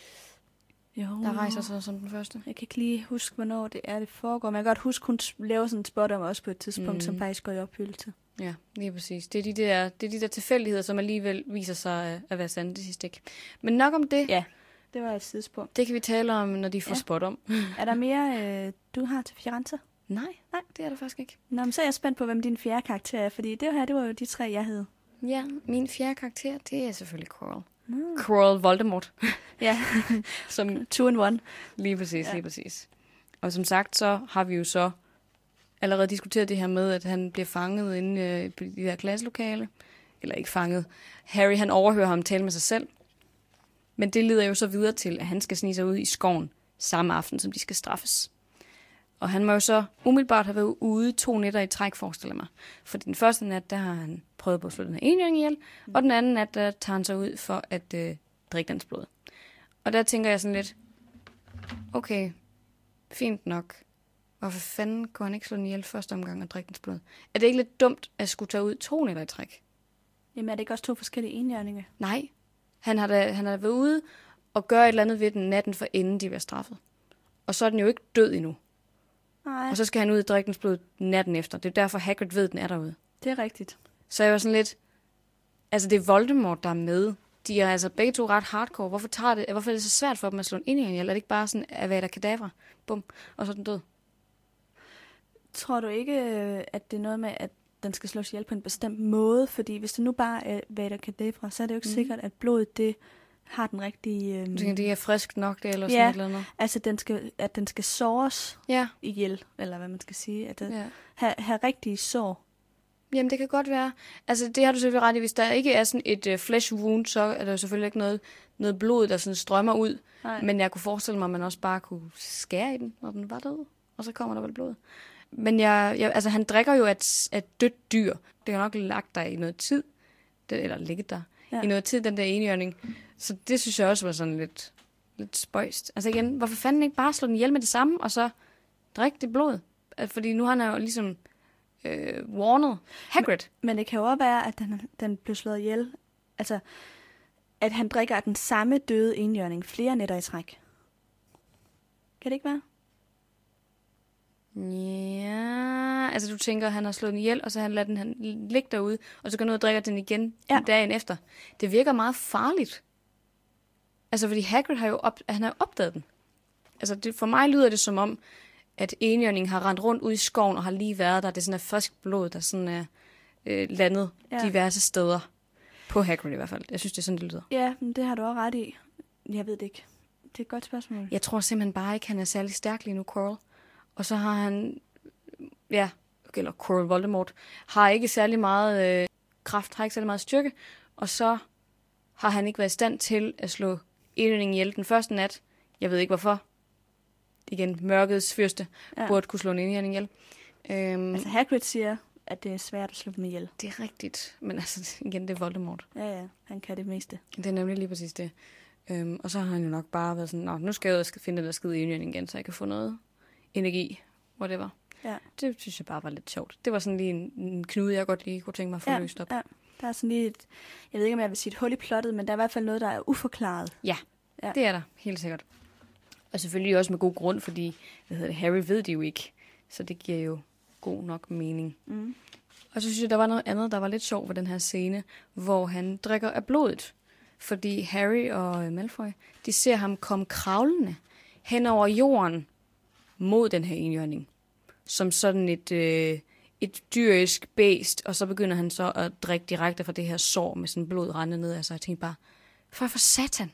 Jo. Der rejser sig som den første. Jeg kan ikke lige huske, hvornår det foregår, men jeg kan godt huske, hun laver sådan en Spådom også på et tidspunkt, som faktisk går i opfyldelse. Ja, lige præcis. Det er de der tilfældigheder, som alligevel viser sig at være sande til sidst, ikke? Men nok om det. Ja, det var et sidespor. Det kan vi tale om, når de får Spådom. Er der mere, du har til Firenze? Nej, det er der faktisk ikke. Nå, men så er jeg spændt på, hvem din fjerde karakter er, fordi det var jo de 3, jeg havde. Ja, min fjerde karakter, det er selvfølgelig Quirrell. Quirrell Voldemort. Ja, som 2-in-1. Lige præcis. Og som sagt, så har vi jo så allerede diskuteret det her med, at han bliver fanget inde i det her klasselokale. Eller ikke fanget. Harry, han overhører ham tale med sig selv. Men det leder jo så videre til, at han skal snige sig ud i skoven samme aften, som de skal straffes. Og han må jo så umiddelbart have været ude 2 nætter i træk, forestiller mig. For den første nat, der har han prøvet på at slå den her enhjørning ihjel, og den anden nat, der tager han sig ud for at drikke dens blod. Og der tænker jeg sådan lidt, okay, fint nok. Hvorfor fanden kunne han ikke slå den ihjel første omgang og drikke dens blod? Er det ikke lidt dumt at skulle tage ud 2 nætter i træk? Jamen er det ikke også 2 forskellige enhjørninger? Nej. Han har været ude og gøre et eller andet ved den natten, for inden de bliver straffet. Og så er den jo ikke død endnu. Nej. Og så skal han ud og drikke dens blod natten efter. Det er derfor Hagrid ved, at den er derude. Det er rigtigt. Så jeg var sådan lidt... Altså, det er Voldemort, der er med. De er altså begge to ret hardcore. Hvorfor er det så svært for dem at slå en enhjørning ihjel? Er det ikke bare sådan, Avada Kedavra? Bum. Og så er den død. Tror du ikke, at det er noget med, at den skal slås ihjel på en bestemt måde? Fordi hvis det nu bare er Avada Kedavra, så er det jo ikke sikkert, at blodet, det har den rigtige... Du tænker, det er frisk nok, det, eller sådan et eller andet? Altså, den skal såres ihjel, eller hvad man skal sige. At have rigtige sår. Jamen, det kan godt være. Altså, det har du selvfølgelig ret i. Hvis der ikke er sådan et flesh wound, så er der jo selvfølgelig ikke noget blod, der sådan strømmer ud. Nej. Men jeg kunne forestille mig, at man også bare kunne skære i den, når den var død. Og så kommer der vel blod. Men altså, han drikker jo af dødt dyr. Det har nok lagt der i noget tid. Eller ligget der. Ja. I noget tid, den der enhjørning. Så det synes jeg også var sådan lidt spøjst. Altså igen, hvorfor fanden ikke bare slå den ihjel med det samme, og så drikke det blod? Fordi nu han er jo ligesom warnet Hagrid. Men det kan jo også være, at den blev slået ihjel. Altså, at han drikker af den samme døde enhjørning flere nætter i træk. Kan det ikke være? Ja, altså du tænker, at han har slået den ihjel, og så han lader den ligge derude, og så går han ud og drikker den igen dagen efter. Det virker meget farligt. Altså, fordi Hagrid har jo opdaget den. Altså, for mig lyder det som om, at enhjørningen har rendt rundt ud i skoven, og har lige været der. Det er sådan et frisk blod, der sådan er landet diverse steder. På Hagrid i hvert fald. Jeg synes, det er sådan, det lyder. Ja, men det har du også ret i. Jeg ved det ikke. Det er et godt spørgsmål. Jeg tror simpelthen bare ikke, han er særlig stærk lige nu, Quirrell. Og så har han, eller Quirrell Voldemort, har ikke særlig meget kraft, har ikke særlig meget styrke, og så har han ikke været i stand til at slå enhjørningen ihjel den første nat. Jeg ved ikke hvorfor. Igen, mørkets fyrste burde kunne slå en enhjørning ihjel. Altså Hagrid siger, at det er svært at slå dem ihjel. Det er rigtigt, men altså igen, det er Voldemort. Ja, han kan det meste. Det er nemlig lige præcis det. Og så har han jo nok bare været sådan, nu skal jeg finde den der skide enhjørning igen, så jeg kan få noget energi, whatever. Ja. Det synes jeg bare var lidt sjovt. Det var sådan lige en knude, jeg godt lige kunne tænke mig at få løst op. Ja, der er sådan lige jeg ved ikke, om jeg vil sige et hul i plottet, men der er i hvert fald noget, der er uforklaret. Ja, det er der, helt sikkert. Og selvfølgelig også med god grund, fordi Harry ved det jo ikke, så det giver jo god nok mening. Mm. Og så synes jeg, der var noget andet, der var lidt sjovt ved den her scene, hvor han drikker af blodet. Fordi Harry og Malfoy, de ser ham komme kravlende hen over jorden mod den her enhjørning. Som sådan et dyrisk bæst, og så begynder han så at drikke direkte fra det her sår med sådan blod rende ned af sig. Jeg tænkte bare, for satan?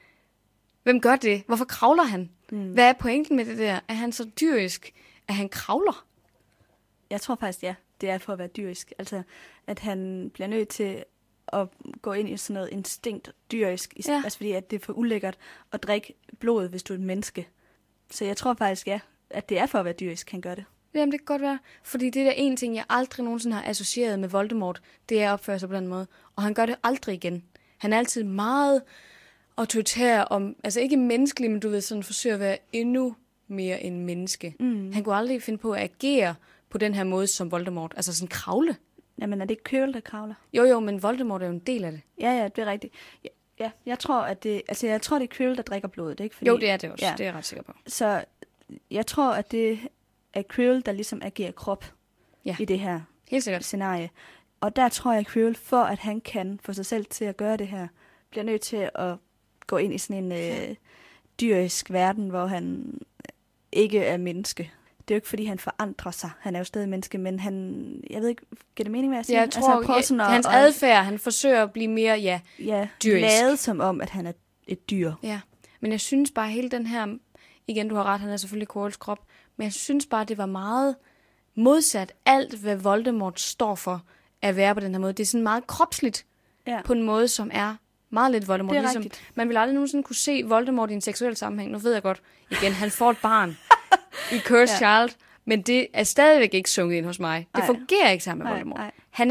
Hvem gør det? Hvorfor kravler han? Hvad er pointen med det der? Er han så dyrisk, at han kravler? Jeg tror faktisk, det er for at være dyrisk. Altså, at han bliver nødt til at gå ind i sådan noget instinkt dyrisk. Altså fordi, at det er for ulækkert at drikke blod, hvis du er et menneske. Så jeg tror faktisk, at det er for at være dyrisk, han gør det. Jamen, det kan godt være. Fordi det er der en ting, jeg aldrig nogensinde har associeret med Voldemort, det er at opføre sig på den måde. Og han gør det aldrig igen. Han er altid meget autoritær, altså ikke menneskelig, men du ved, sådan forsøger at være endnu mere en menneske. Mm. Han kunne aldrig finde på at agere på den her måde som Voldemort. Altså sådan kravle. Jamen, er det ikke Quirrell, der kravler? Jo, men Voldemort er jo en del af det. Ja, det er rigtigt. Ja, jeg tror, at det er Quirrell, der drikker blodet, ikke? Fordi, jo, det er det også. Ja. Det er jeg ret sikker på. Så jeg tror, at det er Quirrell, der ligesom agerer krop i det her helt sikkert scenarie. Og der tror jeg, at Quirrell, for at han kan få sig selv til at gøre det her, bliver nødt til at gå ind i sådan en dyrisk verden, hvor han ikke er menneske. det er jo ikke, fordi han forandrer sig. Han er jo stadig menneske, men jeg ved ikke, giver det mening, hvad jeg siger? Jeg tror, hans adfærd, han forsøger at blive mere, dyrisk. Lavet som om, at han er et dyr. Ja, men jeg synes bare, hele den her, igen, du har ret, han er selvfølgelig Quirrells krop, men jeg synes bare, det var meget modsat alt, hvad Voldemort står for at være på den her måde. Det er sådan meget kropsligt på en måde, som er meget lidt Voldemort. Det er ligesom, rigtigt. Man vil aldrig nogensinde kunne se Voldemort i en seksuel sammenhæng. Nu ved jeg godt, igen, han får et barn i Cursed Child, men det er stadigvæk ikke sunket ind hos mig. Det fungerer ikke sammen med Voldemort. Han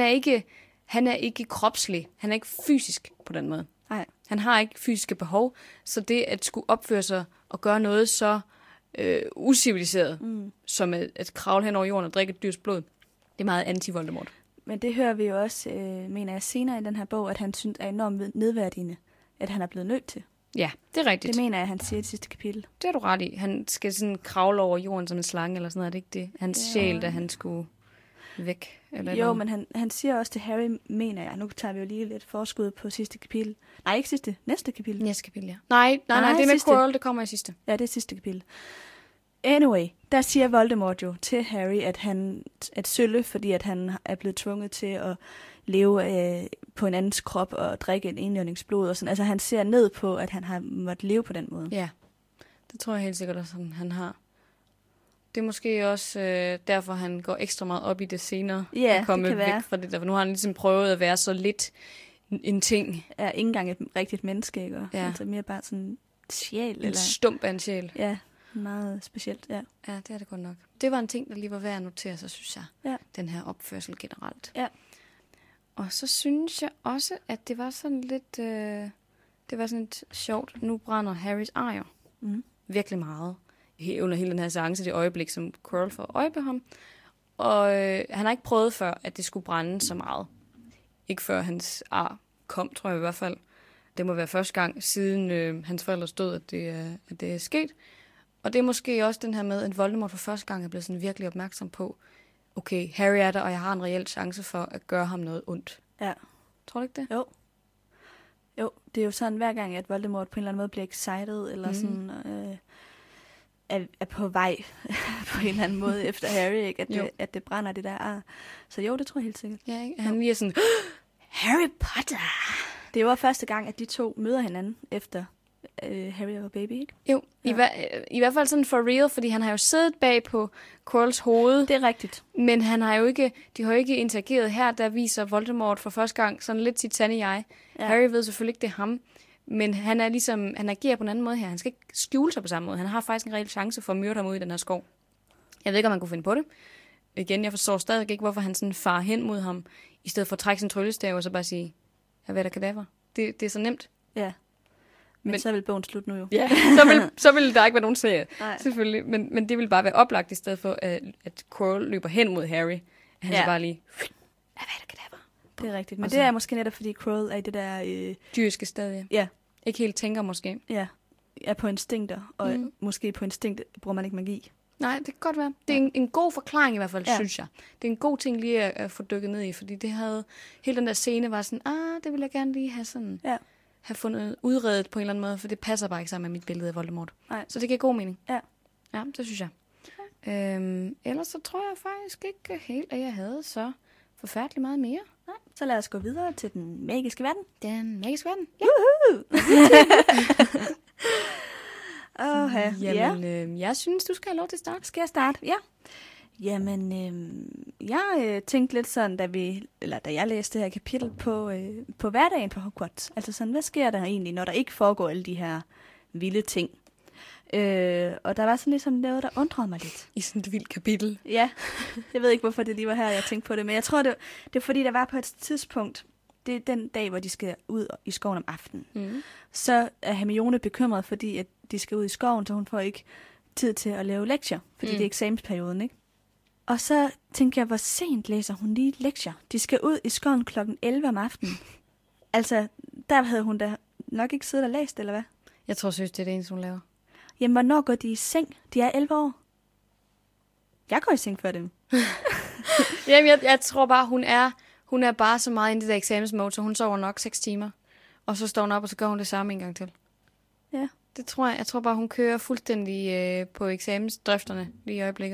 er ikke kropslig. Han er ikke fysisk på den måde. Nej. Han har ikke fysiske behov, så det at skulle opføre sig og gøre noget så uciviliseret, som at kravle hen over jorden og drikke et dyrs blod, det er meget anti-Voldemort. Men det hører vi jo også, mener jeg, senere i den her bog, at han synes er enormt nedværdigende, at han er blevet nødt til. Ja, det er rigtigt. Det mener jeg, han siger i det sidste kapitel. Det er du ret i. Han skal sådan kravle over jorden som en slange, eller sådan noget, er det ikke det? Hans sjæl, da han skulle væk. Eller jo, men han siger også til Harry, mener jeg, nu tager vi jo lige lidt forskud på sidste kapitel. Nej, ikke sidste, næste kapitel. Næste kapitel, ja. Nej, det er med Quirrell, det kommer i sidste. Ja, det er sidste kapitel. Anyway, der siger Voldemort jo til Harry, at han er sølle, fordi at han er blevet tvunget til at leve på en andens krop og drikke en indjørningsblod og sådan. Altså han ser ned på, at han har måttet leve på den måde. Ja, det tror jeg helt sikkert også, han har. Det er måske også derfor, han går ekstra meget op i det senere. Ja, at komme det kan væk være. Fra det der. For nu har han ligesom prøvet at være så lidt en ting. Er ikke engang et rigtigt menneske, ikke? Ja. Altså mere bare sådan en sjæl. En stump af en sjæl. Ja, meget specielt, ja. Ja, det er det godt nok. Det var en ting, der lige var værd at notere sig, synes jeg. Ja. Den her opførsel generelt. Ja. Og så synes jeg også, at det var sådan lidt... det var sådan lidt sjovt. Nu brænder Harrys arr virkelig meget. Under hele den her seance, det øjeblik, som Quirrell får øje på ham. Og han har ikke prøvet før, at det skulle brænde så meget. Ikke før hans ar kom, tror jeg i hvert fald. Det må være første gang siden hans forældres død, at det er sket. Og det er måske også den her med, at Voldemort for første gang er blevet sådan virkelig opmærksom på, okay, Harry er der, og jeg har en reel chance for at gøre ham noget ondt. Ja. Tror du ikke det? Jo, det er jo sådan hver gang, at Voldemort på en eller anden måde bliver excited, eller sådan er på vej på en eller anden måde efter Harry, ikke? At det brænder det der ar. Så jo, det tror jeg helt sikkert. Ja, ikke? Han lige er sådan, Harry Potter! Det var første gang, at de to møder hinanden efter Harry og Baby, ikke? Jo, ja. I hvert fald sådan for real, fordi han har jo siddet bag på Quirrells hoved. Det er rigtigt. Men han har jo ikke, de har jo ikke interageret her, der viser Voldemort for første gang sådan lidt sit sande jeg. Ja. Harry ved selvfølgelig ikke, det er ham. Men han er ligesom, han agerer på en anden måde her. Han skal ikke skjule sig på samme måde. Han har faktisk en reel chance for at myrde ham ud i den her skov. Jeg ved ikke, om man kunne finde på det. Igen, jeg forstår stadig ikke, hvorfor han sådan farer hen mod ham, i stedet for at trække sin tryllestav og så bare sige, jeg ved da kadaver. Det er så nemt. Ja. Men så vil bogen slutte nu jo. Ja, så vil der ikke være nogen serie, selvfølgelig. Men det vil bare være oplagt, i stedet for, at Quirrell løber hen mod Harry. Han så bare lige, hvad der kan der være. Det er rigtigt. Men det er måske netop, fordi Quirrell er i det der... dyriske stadie. Ja. Ikke helt tænker måske. Ja. Er på instinkter, og måske på instinkt bruger man ikke magi. Nej, det kan godt være. Det er en god forklaring i hvert fald, synes jeg. Det er en god ting lige at få dykket ned i, fordi det havde... Hele den der scene var sådan, det vil jeg gerne lige have sådan... Ja. Have fundet udredet på en eller anden måde, for det passer bare ikke sammen med mit billede af Voldemort. Nej. Så det giver god mening. Ja. Ja, det synes jeg. Ellers så tror jeg faktisk ikke helt, at jeg havde så forfærdeligt meget mere. Nej. Så lad os gå videre til den magiske verden. Den magiske verden? Ja. Jamen, jeg synes, du skal have lov til at starte. Skal jeg starte? Ja. Jamen, jeg tænkte lidt sådan, da jeg læste det her kapitel på hverdagen på Hogwarts. Altså sådan, hvad sker der egentlig, når der ikke foregår alle de her vilde ting? Og der var sådan ligesom noget, der undrede mig lidt. I sådan et vildt kapitel. Ja, jeg ved ikke, hvorfor det lige var her, jeg tænkte på det. Men jeg tror, det er fordi, der var på et tidspunkt, det er den dag, hvor de skal ud i skoven om aftenen. Mm. Så er Hermione bekymret, fordi at de skal ud i skoven, så hun får ikke tid til at lave lektier. Fordi det er eksamensperioden, ikke? Og så tænkte jeg, hvor sent læser hun lige lektier? De skal ud i skoven kl. 11 om aftenen. Altså, der havde hun da nok ikke siddet og læst, eller hvad? Jeg tror seriøst, det er det eneste, hun laver. Jamen, hvornår går de i seng? De er 11 år. Jeg går i seng før dem. Jamen, jeg tror bare, hun er bare så meget inde i det der eksamensmode, så hun sover nok 6 timer. Og så står hun op, og så gør hun det samme en gang til. Ja. Det tror jeg. Jeg tror bare, hun kører fuldstændig på eksamensdrifterne lige i øjeblikket.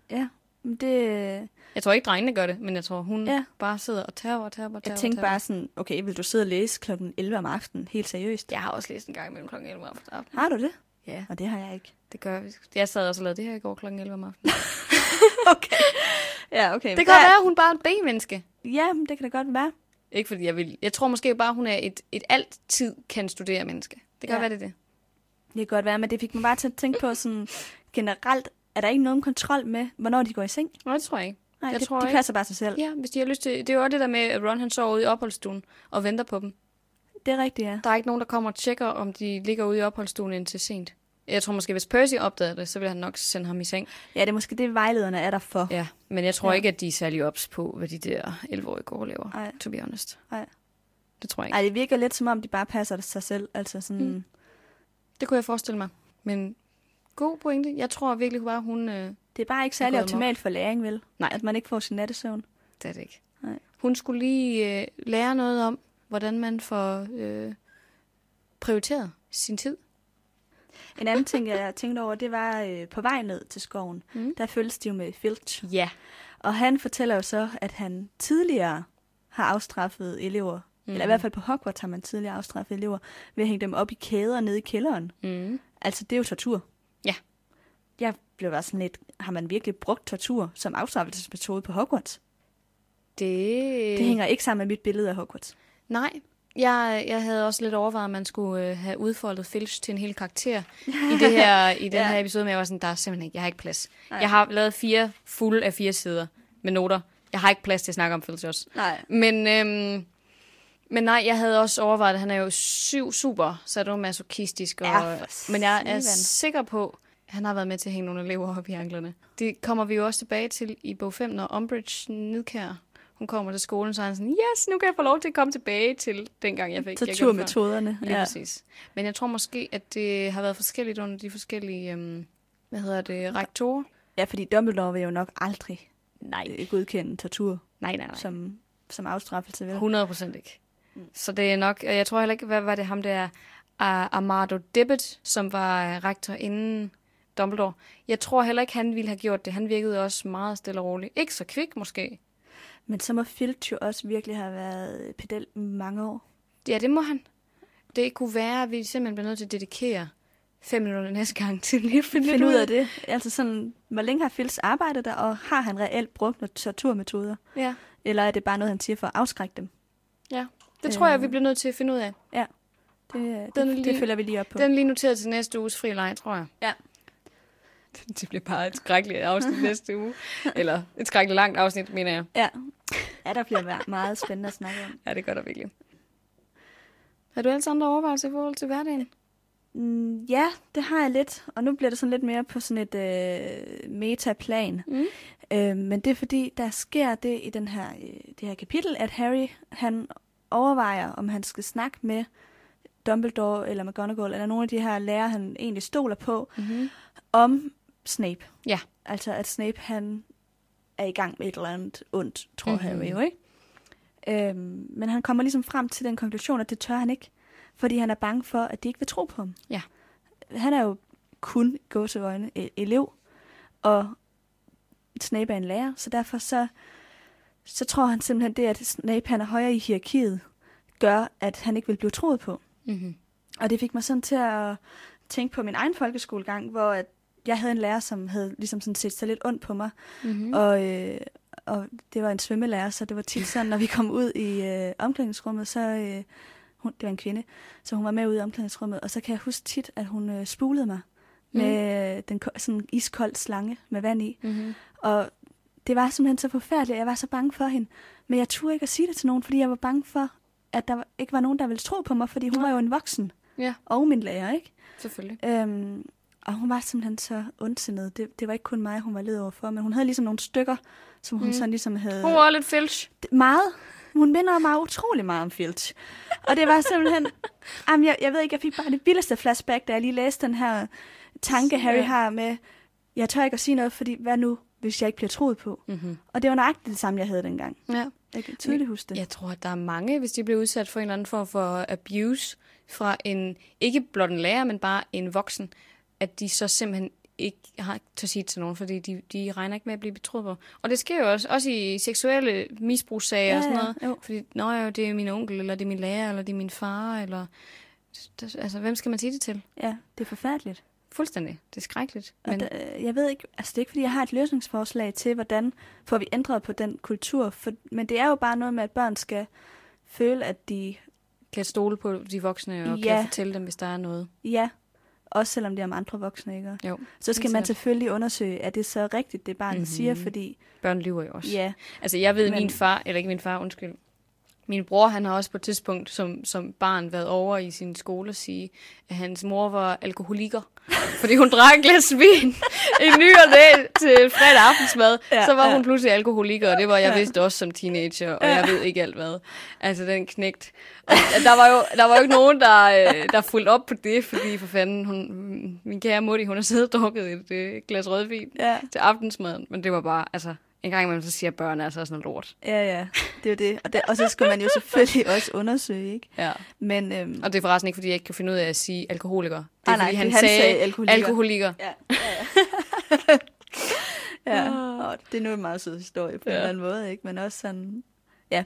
Ja, det... Jeg tror ikke, drengene gør det, men jeg tror, hun bare sidder og terror. Jeg tænkte bare sådan, okay, vil du sidde og læse kl. 11 om aftenen, helt seriøst? Jeg har også læst en gang mellem kl. 11 om aftenen. Har du det? Ja. Og det har jeg ikke. Det gør jeg. Jeg sad også og lavede det her i går kl. 11 om aftenen. Okay. Ja, okay. Det kan være, at hun bare er et B-menneske. Ja, det kan da godt være. Ikke fordi jeg vil. Jeg tror måske bare, hun er et altid kan studere menneske. Det kan godt være, det er det. Det kan godt være, men det fik mig bare til at tænke på sådan, generelt, er der ikke nogen kontrol med, hvornår de går i seng? Nej, det tror jeg ikke. Nej, jeg tror de passer bare sig selv. Ja, hvis de har lyst til. Det er jo også det der med, at Ron han sover ude i opholdsstuen og venter på dem. Det er rigtigt, ja. Der er ikke nogen, der kommer og tjekker, om de ligger ude i opholdsstuen indtil sent. Jeg tror måske, hvis Percy opdager det, så vil han nok sende ham i seng. Ja, det er måske det, vejlederne er der for. Ja, men jeg tror ikke, at de er særlig ops på, hvad de der 11-årige går og laver, to be honest. Nej. Det tror jeg ikke. Ej, det virker lidt som om, de bare passer sig selv. Altså sådan... Det kunne jeg forestille mig. Men god pointe. Jeg tror virkelig bare, hun... Det er bare ikke særlig optimalt for læring, vel? Nej. At man ikke får sin nattesøvn. Det er det ikke. Nej. Hun skulle lige lære noget om, hvordan man får prioriteret sin tid. En anden ting, jeg tænkte over, det var på vej ned til skoven. Der følges de jo med Filch. Ja. Og han fortæller jo så, at han tidligere har afstraffet elever. Eller i hvert fald på Hogwarts har man tidligere afstraffet elever ved at hænge dem op i kæder nede i kælderen. Altså, det er jo tortur. Ja. Jeg blev bare sådan lidt, har man virkelig brugt tortur som afstraffelsesmetode på Hogwarts? Det hænger ikke sammen med mit billede af Hogwarts. Nej. Jeg havde også lidt overvejet, at man skulle have udfoldet Filch til en hel karakter i den her episode, men jeg var sådan, der er simpelthen ikke, jeg har ikke plads. Nej. Jeg har lavet 4 fulde af 4 sider med noter. Jeg har ikke plads til at snakke om Filch også. Nej. Men nej, jeg havde også overvejet, at han er jo super sadomasochistisk. Men jeg er sikker på, at han har været med til at hænge nogle elever op i anklerne. Det kommer vi jo også tilbage til i bog 5, når Umbridge Nidkjær, hun kommer til skolen, så er han sådan, yes, nu kan jeg få lov til at komme tilbage til dengang jeg fik torturmetoderne. Lige præcis. Men jeg tror måske, at det har været forskelligt under de forskellige, rektorer. Ja, fordi Dumbledore vil jo nok aldrig godkende tortur. Nej. Som afstraffelse, vel? 100% ikke. Så det er nok, jeg tror heller ikke, hvad var det ham der, Amado Dibbet, som var rektor inden Dumbledore. Jeg tror heller ikke, han ville have gjort det. Han virkede også meget stille og roligt. Ikke så kvik måske. Men så må Filch jo også virkelig have været pedel i mange år. Ja, det må han. Det kunne være, at vi simpelthen bliver nødt til at dedikere 5 minutter næste gang til lige at finde ud af det. Altså sådan, hvor længe har Filch arbejdet der, og har han reelt brugt nogle torturmetoder? Ja. Eller er det bare noget, han siger for at afskrække dem? Ja, det tror jeg, vi bliver nødt til at finde ud af. Ja, det følger vi lige op på. Den er lige noteret til næste uges fri leg, tror jeg. Ja. Det bliver bare et skrækkeligt afsnit næste uge. Eller et skrækkeligt langt afsnit, mener jeg. Ja, der bliver meget spændende at snakke om. Ja, det gør der virkelig. Har du ellers andre overvejelser i forhold til hverdagen? Ja, det har jeg lidt. Og nu bliver det sådan lidt mere på sådan et metaplan. Men det er fordi, der sker det i det her kapitel, at Harry, han overvejer, om han skal snakke med Dumbledore eller McGonagall, eller nogle af de her lærere, han egentlig stoler på, om Snape. Ja. Altså, at Snape, han er i gang med et eller andet ondt, tror Harry jo, ikke? Men han kommer ligesom frem til den konklusion, at det tør han ikke, fordi han er bange for, at de ikke vil tro på ham. Ja. Han er jo kun gåseøjne elev, og Snape er en lærer, så derfor så tror han simpelthen, det at Snape, han er højere i hierarkiet, gør, at han ikke vil blive troet på. Og det fik mig sådan til at tænke på min egen folkeskolegang, hvor at jeg havde en lærer, som havde ligesom sådan set så lidt ondt på mig. Og det var en svømmelærer, så det var tit sådan, når vi kom ud i omklædningsrummet, så det var en kvinde, så hun var med ude i omklædningsrummet, og så kan jeg huske tit, at hun spulede mig med den sådan iskold slange med vand i. Og det var simpelthen så forfærdeligt, jeg var så bange for hende. Men jeg turde ikke at sige det til nogen, fordi jeg var bange for, at der ikke var nogen, der ville tro på mig, fordi hun var jo en voksen. Ja. Og min lærer, ikke? Selvfølgelig. Og hun var simpelthen så ondsindet. Det var ikke kun mig, hun var led overfor, men hun havde ligesom nogle stykker, som hun sådan ligesom havde... Hun var lidt Filch. Meget. Hun minder mig utrolig meget om Filch. Og det var simpelthen... jeg ved ikke, jeg fik bare det vildeste flashback, da jeg lige læste den her tanke, Harry har med, jeg tør ikke at sige noget, fordi hvad nu, hvis jeg ikke bliver troet på? Og det var nøjagtigt det samme, jeg havde dengang. Ja. Jeg kan tydeligt huske det. Jeg tror, at der er mange, hvis de bliver udsat for en eller anden form for abuse fra en, ikke blot en lærer, men bare en voksen, at de så simpelthen ikke har tør sige til nogen, fordi de regner ikke med at blive betroet på. Og det sker jo også i seksuelle misbrugssager og sådan noget. Jo. Fordi, det er min onkel, eller det er min lærer, eller det er min far, eller... Altså, hvem skal man sige det til? Ja, det er forfærdeligt. Fuldstændig. Det er skrækkeligt. Men... jeg ved ikke, altså det er ikke, fordi jeg har et løsningsforslag til, hvordan får vi ændret på den kultur. Men det er jo bare noget med, at børn skal føle, at de... kan stole på de voksne, og kan fortælle dem, hvis der er noget. Ja, også selvom det er om andre voksne, ikke? Jo. Så skal man selvfølgelig undersøge, er det så rigtigt, det barnet siger, fordi... Børn lyver jo også. Ja. Altså, jeg ved, min bror, han har også på et tidspunkt som barn været over i sin skole og sige, at hans mor var alkoholiker, fordi hun drak et glas vin i ny og næ til fredag aftensmad. Så var hun pludselig alkoholiker, og det var jeg vidste også som teenager, og jeg ved ikke alt hvad. Altså, den knægt. Og der var jo ikke nogen, der fulgte op på det, fordi for fanden, min kære Mutti, hun har siddet og drukket et glas rødvin til aftensmaden, men det var bare, altså... En gang imellem så siger børn altså sådan noget lort. Ja, det er jo det. Og så skal man jo selvfølgelig også undersøge, ikke? Ja. Men, og det er forresten ikke, fordi jeg ikke kan finde ud af at sige alkoholiker. Det er, fordi han sagde alkoholiker. Ja. Og det er nu en meget sød historie på en eller anden måde, ikke? Men også sådan, ja.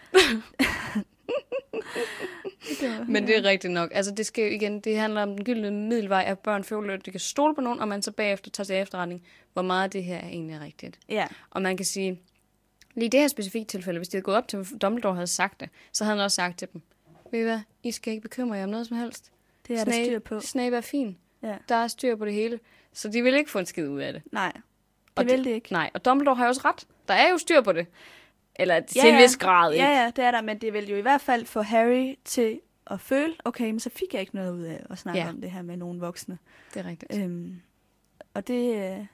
Men det er rigtigt nok. Altså det skal jo igen, det handler om den gyldne middelvej, at børn føler, at de kan stole på nogen, og man så bagefter tager til efterretning, hvor meget det her er egentlig rigtigt. Ja. Og man kan sige, lige i det her specifikke tilfælde, hvis de havde gået op til, at Dumbledore havde sagt det, så havde han også sagt til dem, ved I hvad, I skal ikke bekymre jer om noget som helst. Det er der styr på. Snape er fin. Ja. Der er styr på det hele. Så de vil ikke få en skid ud af det. Nej, det vil det ikke. Nej, og Dumbledore har jo også ret. Der er jo styr på det. Eller til en vis grad, ikke? Ja, det er der, men det vil jo i hvert fald få Harry til at føle, okay, men så fik jeg ikke noget ud af at snakke om det her med nogle voksne. Det er rigtigt. Og det,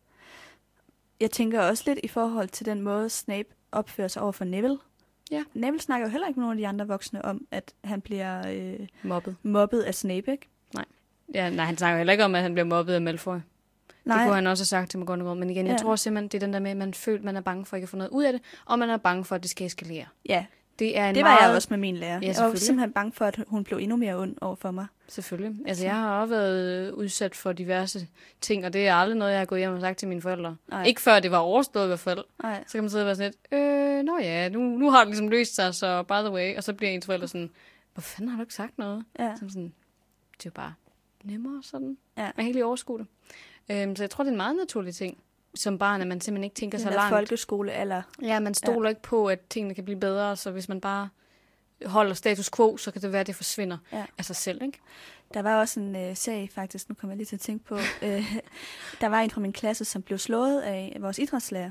jeg tænker også lidt i forhold til den måde, Snape opfører sig over for Neville. Ja. Neville snakker jo heller ikke med nogle af de andre voksne om, at han bliver mobbet af Snape, ikke? Nej. Ja, nej, han snakker heller ikke om, at han bliver mobbet af Malfoy. Nej. Det kunne han også have sagt til McGonagall. Men igen, jeg tror simpelthen, det er den der med, at man føler, man er bange for ikke at få noget ud af det, og man er bange for, at det skal eskalere. Ja, det var jeg også med min lærer. Jeg var simpelthen bange for, at hun blev endnu mere ond over for mig. Selvfølgelig. Altså, jeg har også været udsat for diverse ting, og det er aldrig noget, jeg har gået hjem og sagt til mine forældre. Nej. Ikke før det var overstået i hvert fald. Nej. Så kan man sidde og være sådan lidt, nu har det ligesom løst sig, så by the way. Og så bliver ens forældre sådan, hvor fanden har du ikke sagt noget? Ja. Sådan, det er jo bare nemmere sådan. Ja. Man kan ikke lige overskue det. Så jeg tror, det er en meget naturlig ting som barn, at man simpelthen ikke tænker så langt. Folkeskolealder. Ja, man stoler ikke på, at tingene kan blive bedre, så hvis man bare holder status quo, så kan det være, at det forsvinder af sig selv, ikke? Der var også en sag, faktisk, nu kommer jeg lige til at tænke på, der var en fra min klasse, som blev slået af vores idrætslærer.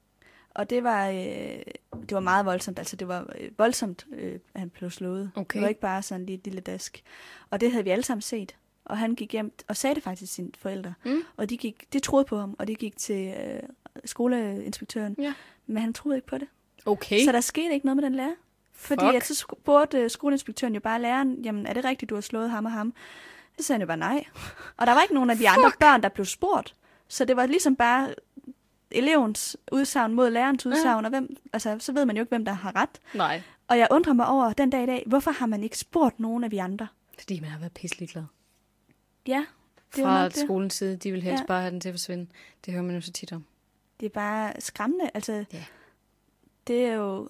Og det var meget voldsomt, altså det var voldsomt, at han blev slået. Okay. Det var ikke bare sådan lige et lille dask. Og det havde vi alle sammen set. Og han gik hjem og sagde det faktisk til sine forældre. Og de troede på ham, og de gik til skoleinspektøren. Ja. Men han troede ikke på det. Okay. Så der skete ikke noget med den lærer. Fordi at så spurgte skoleinspektøren jo bare læreren, jamen er det rigtigt, du har slået ham og ham? Så sagde han jo bare nej. Og der var ikke nogen af de andre børn, der blev spurgt. Så det var ligesom bare elevens udsagn mod lærerens udsagn. Og så ved man jo ikke, hvem der har ret. Nej. Og jeg undrer mig over den dag i dag, hvorfor har man ikke spurgt nogen af de andre? Fordi man har været pisselig glad. Ja, det fra det. Skolens side, de vil helst bare have den til at forsvinde. Det hører man jo så tit om. Det er bare skræmmende, altså. Det er jo,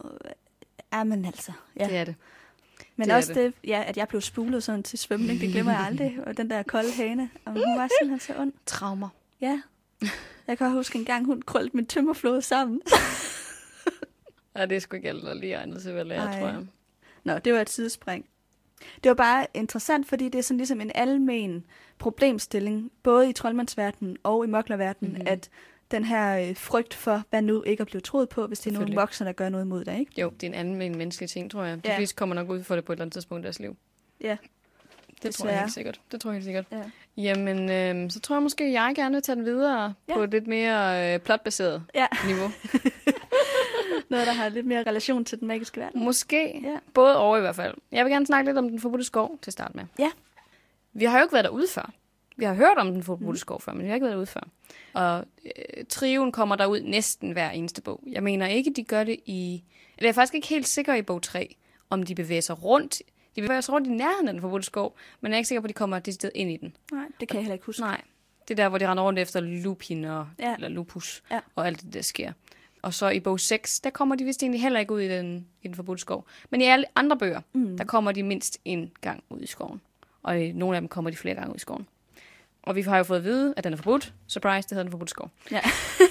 men altså. Ja. Det er det. Men det også det, at jeg blev spulet sådan til svømning, det glemmer jeg aldrig. Og den der kolde hane, og hun var simpelthen så ond. Traumer. Ja. Jeg kan huske en gang, hun krøllede min tømmerflåde sammen. Ja, det er sgu ikke alt lige egnet til at lære, tror jeg. Nå, det var et sidespring. Det var bare interessant, fordi det er sådan ligesom en almen problemstilling, både i troldmandsverdenen og i muglerverdenen, at den her frygt for, hvad nu ikke at blive troet på, hvis det er nogle voksne, der gør noget mod dig, ikke? Jo, det er en almen menneskelig ting, tror jeg. De fleste kommer nok ud for det på et eller andet tidspunkt i deres liv. Ja. Det tror jeg helt sikkert. Det tror jeg helt sikkert. Ja. Jamen, så tror jeg måske, jeg gerne vil tage den videre på et lidt mere plotbaseret niveau. Noget, der har lidt mere relation til den magiske verden. Måske. Ja. Både over i hvert fald. Jeg vil gerne snakke lidt om den forbudte skov til at starte med. Ja. Vi har jo ikke været derude før. Vi har hørt om den forbudte skov før, men vi har ikke været derude før. Og trioen kommer derud næsten hver eneste bog. Jeg mener ikke, de gør det i... Eller jeg er faktisk ikke helt sikker i bog 3, om de bevæger sig rundt. De bevæger sig rundt i nærheden af den forbudte skov, men jeg er ikke sikker på, at de kommer decideret ind i den. Nej, det kan jeg heller ikke huske. Nej. Det er der, hvor de render rundt efter Lupin eller Lupus og alt det, der sker. Og så i bog 6, der kommer de vist egentlig heller ikke ud i den forbudte skov. Men i alle andre bøger, der kommer de mindst en gang ud i skoven. Og i nogle af dem kommer de flere gange ud i skoven. Og vi har jo fået at vide, at den er forbudt. Surprise, det hedder den forbudte skov. Ja.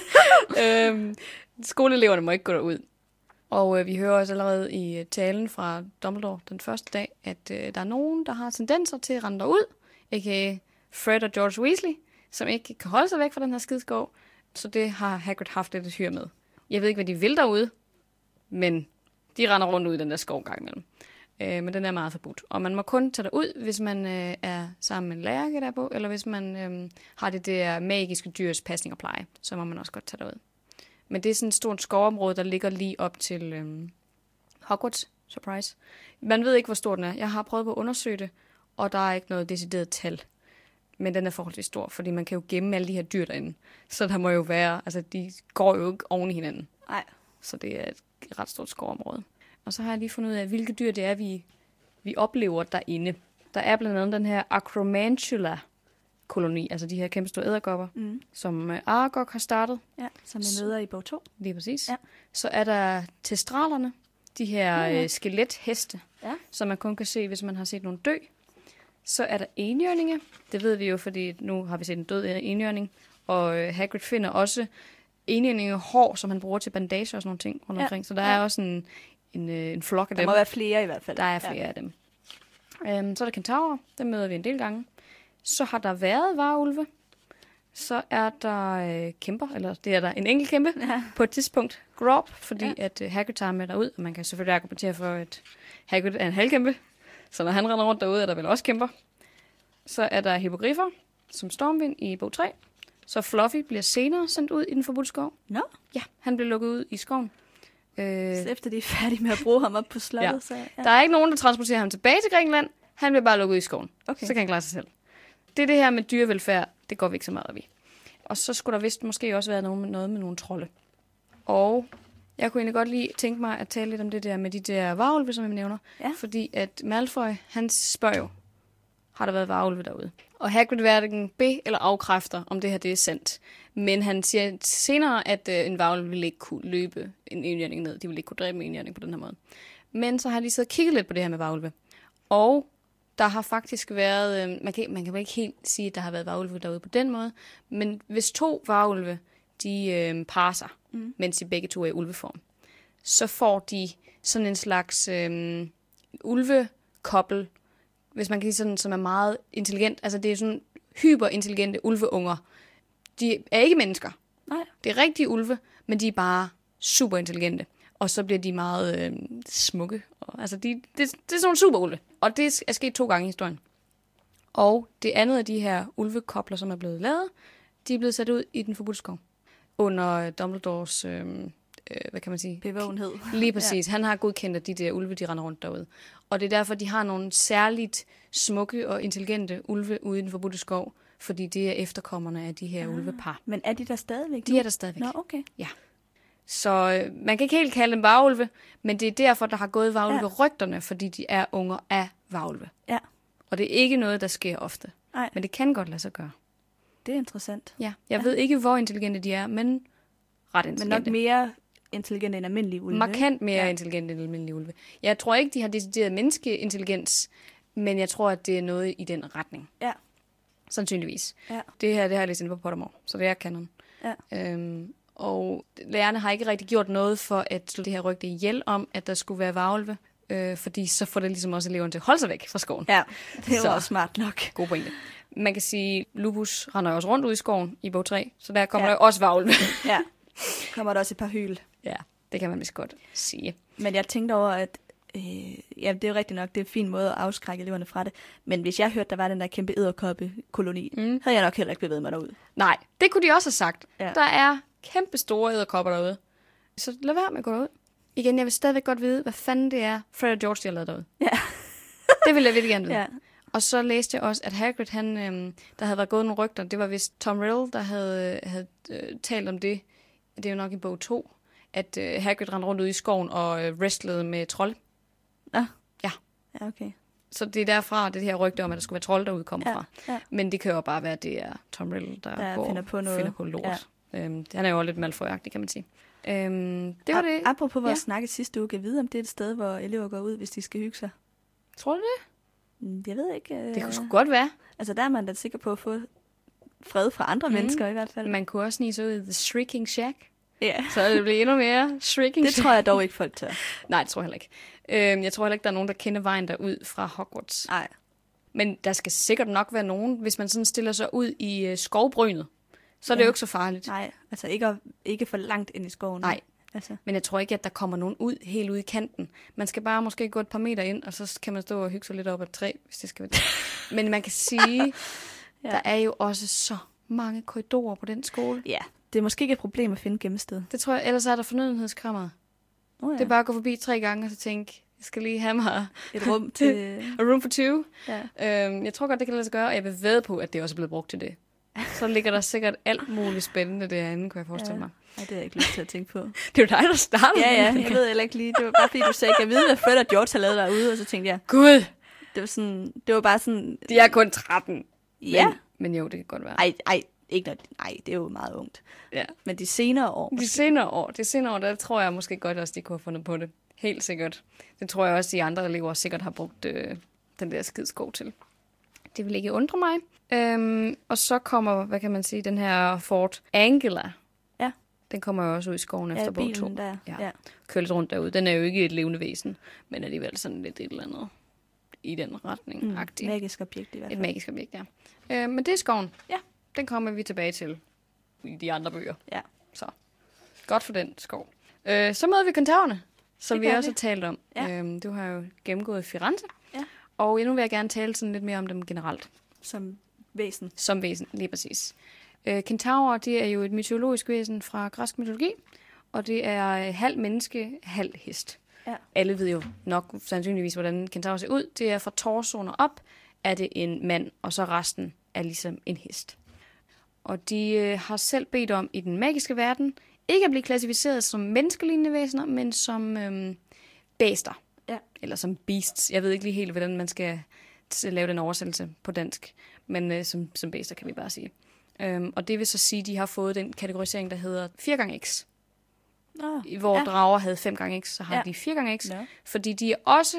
Skoleeleverne må ikke gå derud. Og vi hører også allerede i talen fra Dumbledore den første dag, at der er nogen, der har tendenser til at rende derud. Ikke Fred og George Weasley, som ikke kan holde sig væk fra den her skideskov. Så det har Hagrid haft lidt et hyr med. Jeg ved ikke, hvad de vil derude, men de render rundt ud i den der skov gang imellem. Men den er meget forbudt. Og man må kun tage derud, hvis man er sammen med en lærer derpå, eller hvis man har det der magiske dyrs pasning og pleje, så må man også godt tage derud. Men det er sådan et stort skovområde, der ligger lige op til Hogwarts. Surprise. Man ved ikke, hvor stor den er. Jeg har prøvet på at undersøge det, og der er ikke noget decideret tal. Men den er forholdsvis stor, fordi man kan jo gemme alle de her dyr derinde. Så der må jo være, altså de går jo ikke oven i hinanden. Nej. Så det er et ret stort skovområde. Og så har jeg lige fundet ud af, hvilke dyr det er, vi oplever derinde. Der er blandt andet den her Acromantula-koloni, altså de her kæmpe store edderkopper, som Aragog har startet. Ja, som vi møder i bog 2. Lige præcis. Ja. Så er der testralerne, de her skeletheste, som man kun kan se, hvis man har set nogle dø. Så er der enhjørninge. Det ved vi jo, fordi nu har vi set en død enhjørning. Og Hagrid finder også enhjørningehår, som han bruger til bandager og sådan nogle ting rundt omkring. Så der er også en flok af dem. Der må være flere i hvert fald. Der er flere af dem. Så er der kentaurer. Dem møder vi en del gange. Så har der været varulve. Så er der kæmper, eller det er der en enkelt kæmpe på et tidspunkt. Grob, fordi at Hagrid tager med derud. Og man kan selvfølgelig argumentere for, at Hagrid er en halvkæmpe. Så når han render rundt derude, er der vel også kæmper. Så er der hippogriffer, som Stormvind i bog 3. Så Fluffy bliver senere sendt ud i den forbudte skov. Nå? Ja, han bliver lukket ud i skoven. Så efter de er færdige med at bruge ham op på slottet. Ja. Så, Der er ikke nogen, der transporterer ham tilbage til Grækenland. Han bliver bare lukket ud i skoven. Okay. Så kan han klare sig selv. Det er det her med dyrevelfærd, det går vi ikke så meget op i. Og så skulle der vist måske også være noget med nogle trolde. Og jeg kunne egentlig godt lige tænke mig at tale lidt om det der med de der varulve, som jeg nævner. Ja. Fordi at Malfoy, han spørger jo, har der været varulve derude? Og Hagrid hverken be- eller afkræfter, om det her det er sandt. Men han siger senere, at en varulve ville ikke kunne løbe en enhjørning ned. De ville ikke kunne dræbe en enhjørning på den her måde. Men så har de siddet og kigget lidt på det her med varulve. Og der har faktisk været, man kan vel ikke helt sige, at der har været varulve derude på den måde. Men hvis 2 varulve, de parer sig, mens de begge 2 er i ulveform, så får de sådan en slags ulvekobbel, hvis man kan sige sådan, som er meget intelligent. Altså det er sådan hyperintelligente ulveunger. De er ikke mennesker. Nej. Det er rigtige ulve, men de er bare super intelligente. Og så bliver de meget smukke. Altså det er sådan nogle superulve. Og det er sket 2 gange i historien. Og det andet af de her ulvekobler, som er blevet lavet, de er blevet sat ud i den forbudte skov. Under Dumbledores, hvad kan man sige? Bevågenhed. Lige præcis. Ja. Han har godkendt, at de der ulve, de render rundt derude. Og det er derfor, de har nogle særligt smukke og intelligente ulve ude i den forbudte skov, fordi det er efterkommerne af de her ulvepar. Men er de der stadigvæk? De er der stadigvæk. Nå, okay. Ja. Så man kan ikke helt kalde dem varulve, men det er derfor, der har gået varulve-rygterne, fordi de er unger af varulve. Ja. Og det er ikke noget, der sker ofte. Nej. Men det kan godt lade sig gøre. Det er interessant. Ja. Jeg ved ikke, hvor intelligente de er, men ret intelligente. Men nok mere intelligente end almindelige ulve. Markant mere intelligente end almindelige ulve. Jeg tror ikke, de har decideret menneskeintelligens, men jeg tror, at det er noget i den retning. Ja. Sandsynligvis. Ja. Det her, det har jeg læst inde på Pottermore, så det er kanon. Ja. Og lærerne har ikke rigtig gjort noget for at slå det her rygte ihjel om, at der skulle være varulve, fordi så får det ligesom også eleverne til at holde sig væk fra skoven. Ja, det er jo smart nok. God pointe. Man kan sige, Lupus render også rundt ud i skoven i bog 3, så der kommer der også varulve. Ja, kommer der også et par hyl. Ja, det kan man vist godt sige. Men jeg tænkte over, at ja, det er jo rigtigt nok, det er en fin måde at afskrække eleverne fra det. Men hvis jeg hørte, der var den der kæmpe edderkoppe-koloni, havde jeg nok heller ikke bevæget mig derud. Nej, det kunne de også have sagt. Ja. Der er kæmpe store edderkopper derude. Så lad være med at gå derud. Igen, jeg vil stadigvæk godt vide, hvad fanden det er, Fred og George de har lavet derude. Ja. Det vil jeg virkelig gerne vide. Ja. Og så læste jeg også, at Hagrid, der havde været gået nogle rygter. Det var vist Tom Riddle, der havde talt om det. Det er jo nok i bog 2. At Hagrid rendte rundt ude i skoven og wrestlede med trold. Ja. Ja. Ja, okay. Så det er derfra, det her rygte om, at der skulle være trold derude kommer fra. Ja. Men det kan jo bare være, at det er Tom Riddle, der finder på lort. Ja. Han er jo lidt Malfoy-agtig, kan man sige. Det var det. Apropos vores snakke sidste uge, kan vide, om det er et sted, hvor elever går ud, hvis de skal hygge sig. Tror du det? Jeg ved ikke. Det kunne sgu godt være. Altså, der er man da sikker på at få fred fra andre mennesker i hvert fald. Man kunne også snige sig ud i The Shrieking Shack. Ja. Så det bliver endnu mere Shrieking Shack. Det tror jeg dog ikke, folk tør. Nej, det tror jeg heller ikke. Jeg tror heller ikke, der er nogen, der kender vejen derud fra Hogwarts. Nej. Men der skal sikkert nok være nogen, hvis man sådan stiller sig ud i skovbrynet. Så er det jo ikke så farligt. Nej, altså ikke for langt ind i skoven. Nej, altså. Men jeg tror ikke, at der kommer nogen ud helt ud i kanten. Man skal bare måske gå et par meter ind, og så kan man stå og hygge sig lidt op ad et træ, hvis det skal være det. Men man kan sige, der er jo også så mange korridorer på den skole. Ja, det er måske ikke et problem at finde gemmested. Det tror jeg, ellers er der fornødenhedskrammer. Det er bare at gå forbi 3 gange, og så tænke, jeg skal lige have mig et rum til... A room for 2. Ja. Jeg tror godt, det kan lade sig gøre, og jeg vil vædde på, at det også er blevet brugt til det. Så ligger der sikkert alt muligt spændende derinde, kunne jeg forestille mig. Nej, det er jeg ikke lyst til at tænke på. Det er jo dig, der startede. Ja, jeg ved heller ikke lige. Det var bare fordi, du sagde, jeg ved, hvad Fred og George har lavet derude, og så tænkte jeg... Gud! Det var bare sådan... De er kun 13. Ja. Men jo, det kan godt være. Nej, det er jo meget ungt. Ja. Men de senere år... De senere år, der tror jeg måske godt også, de kunne have fundet på det. Helt sikkert. Det tror jeg også, de andre elever sikkert har brugt den der skidsko til. Det vil ikke undre mig. Og så kommer, hvad kan man sige, den her Fort Angela. Ja. Den kommer jo også ud i skoven efter bog 2. Der. Ja. Kører lidt rundt derude. Den er jo ikke et levende væsen, men alligevel sådan lidt et eller andet i den retning. Magisk objekt i hvert fald. Et magisk objekt, ja. Men det er skoven. Ja. Den kommer vi tilbage til i de andre bøger. Ja. Så godt for den skov. Så møder vi kentaurerne, som vi også har talt om. Ja. Du har jo gennemgået Firenze. Ja. Og nu vil jeg gerne tale sådan lidt mere om dem generelt. Som væsen. Som væsen, lige præcis. Kentaurer, det er jo et mytologisk væsen fra græsk mytologi, og det er halv menneske, halv hest. Ja. Alle ved jo nok sandsynligvis, hvordan kentaurer ser ud. Det er fra torsoen og op, er det en mand, og så resten er ligesom en hest. Og de har selv bedt om i den magiske verden, ikke at blive klassificeret som menneskelignende væsener, men som bæster. Ja. Eller som beasts. Jeg ved ikke lige helt, hvordan man skal lave den oversættelse på dansk. Men som bæster kan vi bare sige. Og det vil så sige, at de har fået den kategorisering, der hedder 4x. Hvor drager havde 5x, så har de 4x. Ja. Fordi de er også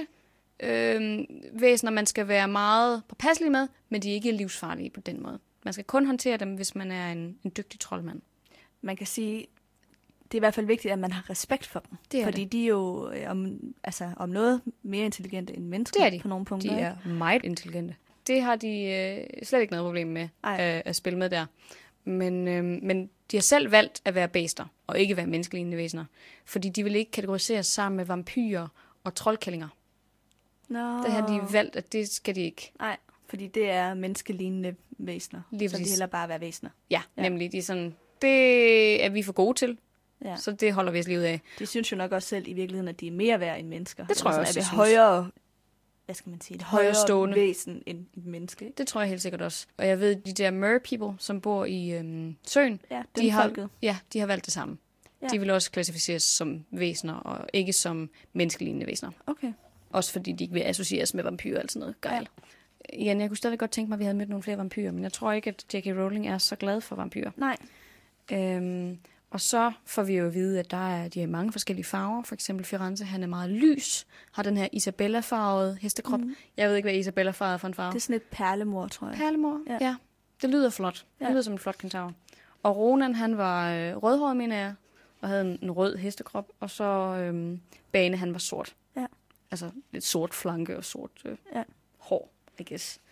væsener, man skal være meget påpasselig med, men de er ikke livsfarlige på den måde. Man skal kun håndtere dem, hvis man er en dygtig troldmand. Man kan sige, det er i hvert fald vigtigt, at man har respekt for dem. Fordi de er jo om noget mere intelligente end mennesker på nogle punkter. De er meget intelligente. Det har de slet ikke noget problem med at spille med der. Men de har selv valgt at være bæster, og ikke være menneskelignende væsener. Fordi de vil ikke kategoriseres sammen med vampyrer og troldkællinger. Det har de valgt, at det skal de ikke. Nej, fordi det er menneskelignende væsener. Så de heller bare være væsener. Ja, nemlig. De er sådan, det er vi for gode til. Ja. Så det holder vi os lige ud af. De synes jo nok også selv i virkeligheden, at de er mere værd end mennesker. Det tror jeg også. Er vi højere, hvad skal man sige, et højere stående væsen end et menneske. Ikke? Det tror jeg helt sikkert også. Og jeg ved, de der mer people, som bor i søen, de har valgt det samme. Ja. De vil også klassificeres som væsener, og ikke som menneskelignende væsener. Okay. Også fordi de ikke vil associeres med vampyrer og sådan noget gejl. Ja. Jan, jeg kunne stadig godt tænke mig, at vi havde mødt nogle flere vampyrer, men jeg tror ikke, at J.K. Rowling er så glad for vampyrer. Nej. Og så får vi jo at vide, at de er mange forskellige farver. For eksempel Firenze, han er meget lys, har den her Isabella-farvede hestekrop. Jeg ved ikke, hvad Isabella-farvet er for en farve. Det er sådan et perlemor, tror jeg. Perlemor, ja. Det lyder flot. Det lyder som en flot kentaur. Og Ronan, han var rødhåret, mener jeg, og havde en rød hestekrop. Og så Bane, han var sort. Ja. Altså lidt sort flanke og sort hår, I guess.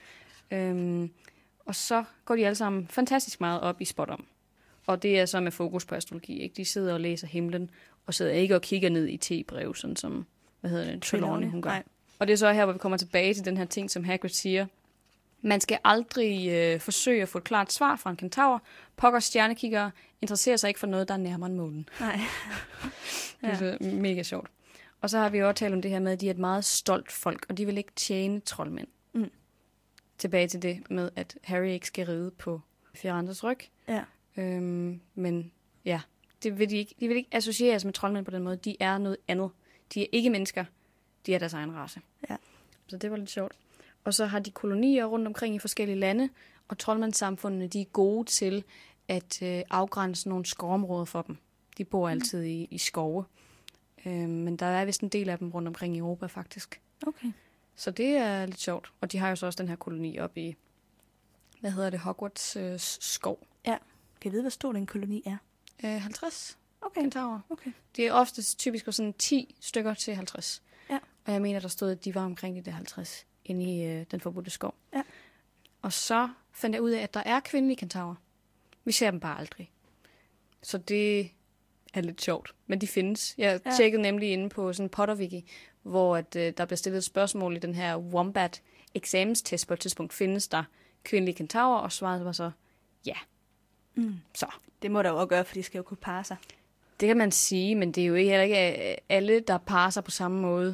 Og så går de alle sammen fantastisk meget op i spådom. Og det er så med fokus på astrologi, ikke? De sidder og læser himlen, og sidder ikke og kigger ned i te-brev, sådan som, Trelawney, hun gør. Nej. Og det er så her, hvor vi kommer tilbage til den her ting, som Hagrid siger. Man skal aldrig forsøge at få et klart svar fra en kentaur. Pokkers stjernekiggere interesserer sig ikke for noget, der er nærmere end månen. Nej. Det er mega sjovt. Og så har vi jo også talt om det her med, at de er et meget stolt folk, og de vil ikke tjene troldmænd. Tilbage til det med, at Harry ikke skal ride på Firenzes ryg. Ja. Men ja, det vil de ikke. De vil ikke associeres med troldmænd på den måde. De er noget andet. De er ikke mennesker. De er deres egen race. Ja. Så det var lidt sjovt. Og så har de kolonier rundt omkring i forskellige lande, og troldmandssamfundene, de er gode til at afgrænse nogle skovområder for dem. De bor altid i skove. Men der er vist en del af dem rundt omkring i Europa, faktisk. Okay. Så det er lidt sjovt. Og de har jo så også den her koloni op i, Hogwarts skov. Ja. Kan jeg vide, hvor stor den koloni er? 50 kentaurer. Okay. Det er oftest typisk sådan 10 stykker til 50. Ja. Og jeg mener, der stod, at de var omkring de der 50 inde i den forbudte skov. Ja. Og så fandt jeg ud af, at der er kvindelige kentaurer. Vi ser dem bare aldrig. Så det er lidt sjovt. Men de findes. Jeg tjekkede nemlig inde på sådan en Potterwiki, hvor der bliver stillet et spørgsmål i den her Wombat eksamenstest. På et tidspunkt findes der kvindelige kentaurer, og svaret var så ja. Så. Det må der jo også gøre, for de skal jo kunne parre sig. Det kan man sige, men det er jo heller ikke alle, der parrer sig på samme måde.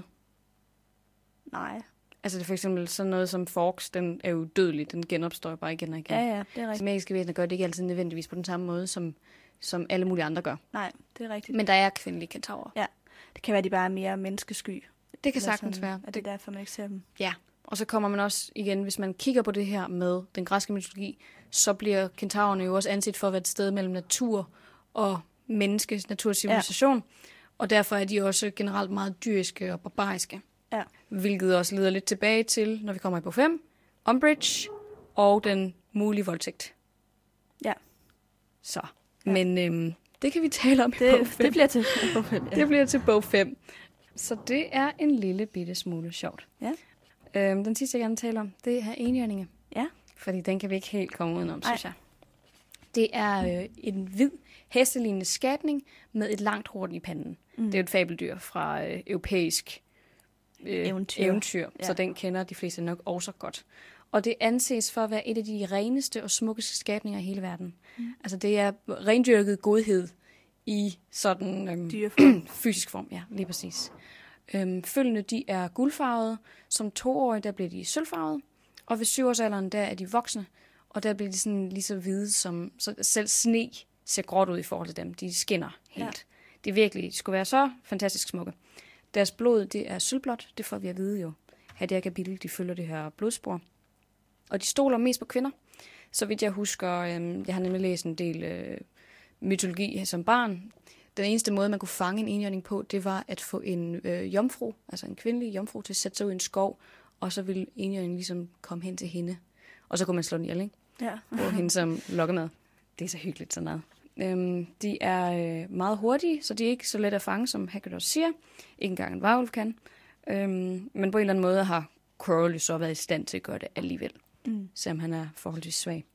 Nej. Altså det er for eksempel sådan noget som Forks, den er jo dødelig, den genopstår bare igen og igen. Ja, det er rigtigt. Så magiske væsener gør det ikke altid nødvendigvis på den samme måde, som alle mulige andre gør. Nej, det er rigtigt. Men der er kvindelige kentaurer. Ja, det kan være, de bare er mere menneskesky. Det kan sagtens være. Og det er derfor, man ikke ser dem. Ja, og så kommer man også igen, hvis man kigger på det her med den græske mytologi, så bliver kentaurerne jo også anset for at være et sted mellem natur og menneskes naturcivilisation. Ja. Og derfor er de også generelt meget dyriske og barbariske. Ja. Hvilket også leder lidt tilbage til, når vi kommer i bog 5, Umbridge og den mulige voldtægt. Ja. Så, men det kan vi tale om i bog 5. Det bliver til bog 5. Ja. Det bliver til bog 5. Så det er en lille bitte smule sjovt. Ja. Den sidste, jeg gerne tale om, det er enhjørninge. Ja. Fordi den kan vi ikke helt komme udenom, synes jeg. Det er en hvid, hestelignende skabning med et langt horn i panden. Det er jo et fabeldyr fra europæisk eventyr, så den kender de fleste nok også godt. Og det anses for at være et af de reneste og smukkeste skabninger i hele verden. Altså det er rendyrket godhed i sådan fysisk form. Ja, lige præcis. Følgende, de er guldfarvede. Som 2-årige, der bliver de sølvfarvede. Og ved 7-årsalderen, der er de voksne. Og der bliver de sådan lige så hvide, som så selv sne ser gråt ud i forhold til dem. De skinner helt. Ja. Det er virkelig, de skulle være så fantastisk smukke. Deres blod, det er sølvblåt. Det får vi at vide jo. Her i det her kapitel, de følger det her blodspor. Og de stoler mest på kvinder. Så vidt jeg husker, jeg har nemlig læst en del mytologi som barn. Den eneste måde, man kunne fange en enhjørning på, det var at få en jomfru, altså en kvindelig jomfru, til at sætte sig ud i en skov, og så ville enhjørningen ligesom komme hen til hende. Og så kunne man slå den ihjel, ikke? Ja. På hende som lokkemad. Det er så hyggeligt sådan noget. De er meget hurtige, så de er ikke så let at fange, som Hagrid også siger. Ikke engang en varulv kan. Men på en eller anden måde har Crowley så været i stand til at gøre det alligevel. Selvom han er forholdsvis svag.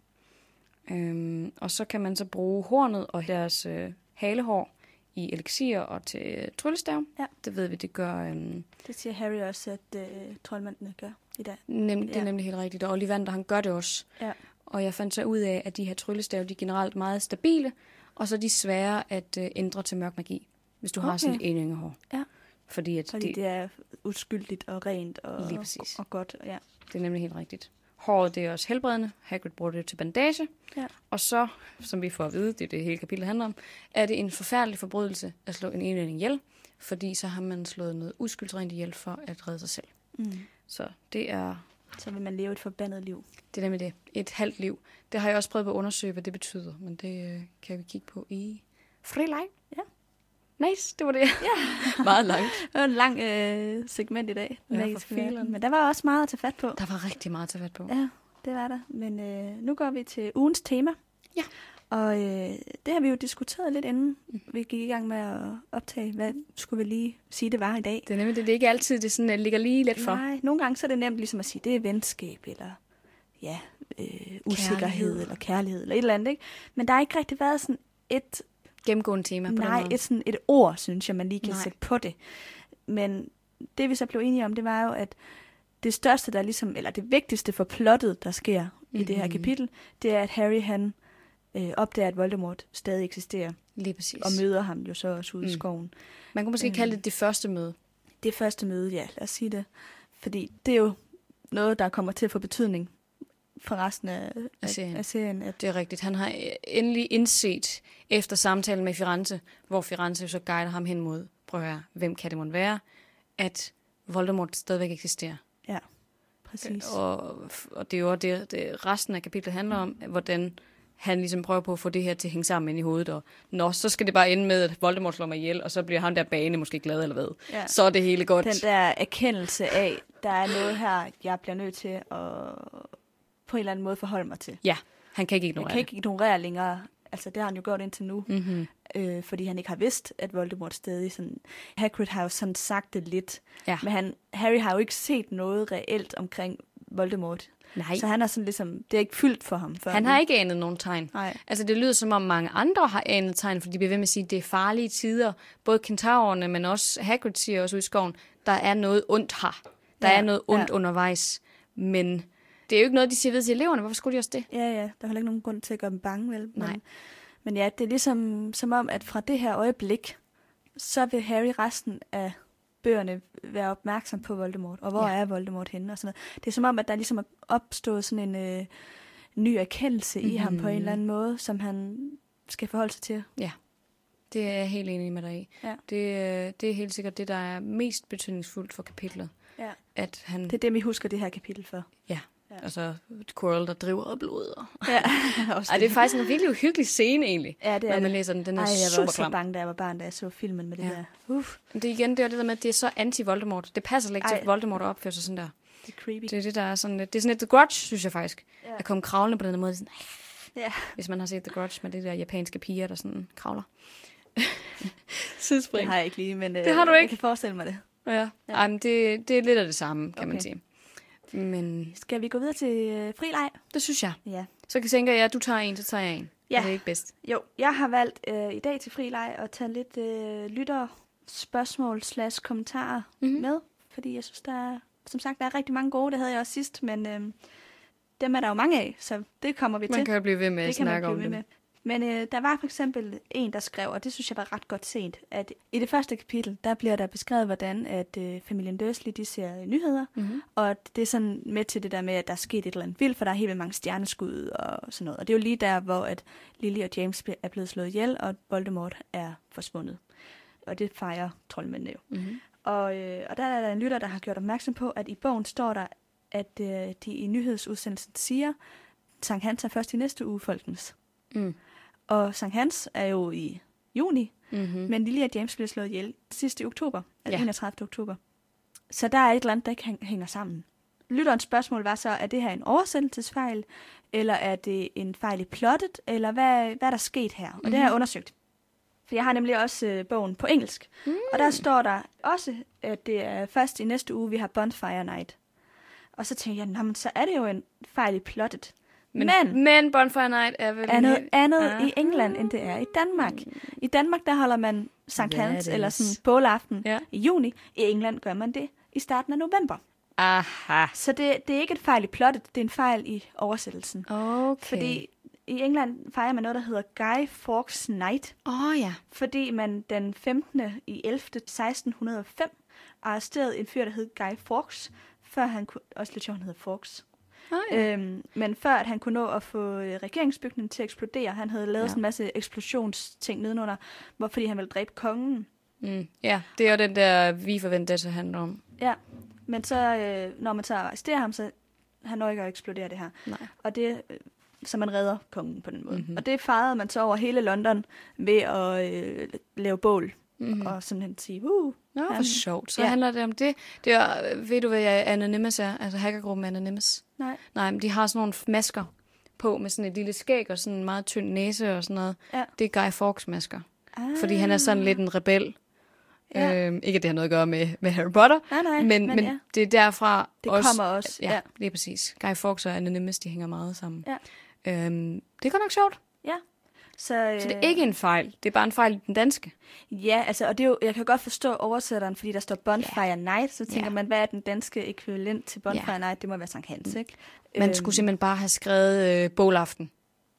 Og så kan man så bruge hornet og deres halehår i elixier og til tryllestav. Ja. Det ved vi, det gør... Det siger Harry også, at troldmændene gør i dag. Det er nemlig helt rigtigt. Og Ollivander, han gør det også. Ja. Og jeg fandt så ud af, at de her tryllestav, de er generelt meget stabile, og så er de svære at ændre til mørk magi, hvis du har sådan et enhjørningehår. Ja. Fordi det er uskyldigt og rent og godt. Ja. Det er nemlig helt rigtigt. Håret, det er også helbredende. Hagrid bruger det til bandage. Ja. Og så, som vi får at vide, det er det hele kapitel handler om, er det en forfærdelig forbrydelse at slå en enhjørning ihjel, fordi så har man slået noget uskyldsrent ihjel for at redde sig selv. Så det er... Så vil man leve et forbandet liv. Det er nemlig det. Et halvt liv. Det har jeg også prøvet på at undersøge, hvad det betyder, men det kan vi kigge på i frileg. Ja. Nice, det var det. Ja. Meget langt. Det var en lang segment i dag. Ja, men der var også meget at tage fat på. Der var rigtig meget at tage fat på. Ja, det var der. Men nu går vi til ugens tema. Ja. Og det har vi jo diskuteret lidt inden vi gik i gang med at optage. Hvad skulle vi lige sige, det var i dag? Det er nemlig det er ikke altid, det sådan, ligger lige let for. Nej, nogle gange så er det nemt ligesom at sige, det er venskab, eller usikkerhed, eller kærlighed, eller et eller andet. Ikke? Men der har ikke rigtig været sådan et... gennemgående tema på den måde. Et ord, synes jeg, man lige kan sætte på det. Men det vi så blev enige om, det var jo, at det største, der ligesom, eller det vigtigste for plottet, der sker i det her kapitel, det er, at Harry, han opdager, at Voldemort stadig eksisterer. Lige præcis. Og møder ham jo så også ude i skoven. Man kunne måske kalde det første møde. Det første møde, ja, lad os sige det. Fordi det er jo noget, der kommer til at få betydning for resten af serien. Det er rigtigt. Han har endelig indset efter samtalen med Firenze, hvor Firenze så guider ham hen mod, prøv at høre, hvem kan det måtte være, at Voldemort stadigvæk eksisterer. Ja, præcis. Og det er jo også det resten af kapitlet handler om, hvordan han ligesom prøver på at få det her til at hænge sammen ind i hovedet. Og så skal det bare ende med, at Voldemort slår mig ihjel, og så bliver han der bane måske glad eller hvad. Ja. Så er det hele godt. Den der erkendelse af, der er noget her, jeg bliver nødt til at på en eller anden måde forholde mig til. Ja, han kan ikke ignorere det. Han kan ikke ignorere længere. Altså, det har han jo gjort indtil nu. Mm-hmm. Fordi han ikke har vidst, at Voldemort stadig sådan... Hagrid har jo sådan sagt det lidt. Ja. Men Harry har jo ikke set noget reelt omkring Voldemort. Nej. Så han er sådan ligesom... Det er ikke fyldt for ham. Han har ikke anet nogen tegn. Nej. Altså, det lyder som om mange andre har anet tegn, fordi de bliver ved med at sige, at det er farlige tider. Både kentaurerne, men også Hagrid siger også ude i skoven, der er noget ondt her. Der er noget ondt undervejs. Men... Det er jo ikke noget, de siger ved til eleverne. Hvorfor skulle de også det? Ja, der er heller ikke nogen grund til at gøre dem bange, vel? Men ja, det er ligesom som om, at fra det her øjeblik, så vil Harry resten af bøgerne være opmærksom på Voldemort. Og hvor er Voldemort henne? Og sådan noget. Det er som om, at der ligesom er opstået sådan en ny erkendelse i ham på en eller anden måde, som han skal forholde sig til. Ja, det er jeg helt enig med dig i. Ja. Det er helt sikkert det, der er mest betydningsfuldt for kapitlet. Ja. At han... Det er det, vi husker det her kapitel for. Ja. Altså Quirrell, der driver af blod. Ja, det er faktisk en virkelig uhyggelig scene, egentlig. Ja, det er når man læser den. Den er jeg super var også så bange, da jeg var barn, da jeg så filmen med det der. Det er igen det der med, at det er så anti-Voldemort. Det passer ikke til, at Voldemort opfører sig sådan der. Det er creepy. Det er det, der er sådan lidt... Det er sådan lidt The Grudge, synes jeg faktisk. Ja. At komme kravlende på den måde. Sådan, hvis man har set The Grudge med de der japanske piger, der sådan kravler. Det har jeg ikke lige, men det har du ikke. Jeg kan forestille mig det. Ja. Ej, men det er lidt af det samme, kan man sige. Men skal vi gå videre til frileg? Det synes jeg. Ja. Så kan tænke, at du tager en, så tager jeg en. Ja. Er det ikke bedst? Jo, jeg har valgt i dag til frileg at tage lidt lytterspørgsmål/kommentarer med, fordi jeg synes, der er, som sagt, der er rigtig mange gode. Det havde jeg også sidst, men dem er der jo mange af, så det kommer vi til. Man kan jo blive ved med at snakke om det. Men der var for eksempel en, der skrev, og det synes jeg var ret godt set, at i det første kapitel, der bliver der beskrevet, hvordan at familien Dursley, de ser nyheder, og det er sådan med til det der med, at der er sket et eller andet vildt, for der er helt vildt mange stjerneskud og sådan noget. Og det er jo lige der, hvor at Lily og James er blevet slået ihjel, og Voldemort er forsvundet. Og det fejrer troldmændene jo. Og der er der en lytter, der har gjort opmærksom på, at i bogen står der, at de i nyhedsudsendelsen siger, Sankt Hans er først i næste uge, folkens. Og Sankt Hans er jo i juni, men Lily og James bliver slået ihjel sidste oktober, 31. oktober. Så der er et eller andet, der ikke hænger sammen. Lytterens spørgsmål var så, er det her en oversættelsesfejl, eller er det en fejl i plottet, eller hvad er der sket her? Og det har jeg undersøgt. For jeg har nemlig også bogen på engelsk. Og der står der også, at det er først i næste uge, vi har Bonfire Night. Og så tænkte jeg, men så er det jo en fejl i plottet. Men Bonfire Night er vel noget andet i England, end det er i Danmark. I Danmark, der holder man Sankt Hans, eller sådan bålaften i juni. I England gør man det i starten af november. Aha. Så det er ikke et fejl i plottet, det er en fejl i oversættelsen. Okay. Fordi i England fejrer man noget, der hedder Guy Fawkes Night. Ja. Fordi man den 15. i 11. 1605 arresterede en fyr, der hed Guy Fawkes, før han kunne... Også lidt sjovt, han hedder Fawkes. Men før at han kunne nå at få regeringsbygningen til at eksplodere, han havde lavet sådan en masse eksplosionsting nedenunder, fordi han ville dræbe kongen. Ja, det er jo den der Vi for Vendetta handler om. Ja, men så når man så arresterer ham, så han når ikke at eksplodere det her. Nej. Og det, så man redder kongen på den måde. Og det fejrede man så over hele London ved at lave bål. Og sådan sige, for sjovt. Så handler det om det. Det er, ved du, hvad Anonymous er? Altså hackergruppen Anonymous? Nej, men de har sådan nogle masker på med sådan et lille skæg og sådan en meget tynd næse og sådan noget. Ja. Det er Guy Fawkes masker. Fordi han er sådan lidt en rebel. Ja. Ikke at det har noget at gøre med Harry Potter. Nej, men det er derfra det også. Det kommer også. Ja, det er præcis. Guy Fawkes og Anonymous, de hænger meget sammen. Ja. Det er godt nok sjovt. Ja. Så det er ikke en fejl. Det er bare en fejl i den danske. Ja, altså, og det er jo, jeg kan godt forstå oversætteren, fordi der står Bonfire Night, så tænker man, hvad er den danske ekvivalent til Bonfire Night? Det må være Sankt Hans, ikke? Man skulle simpelthen bare have skrevet bålaften.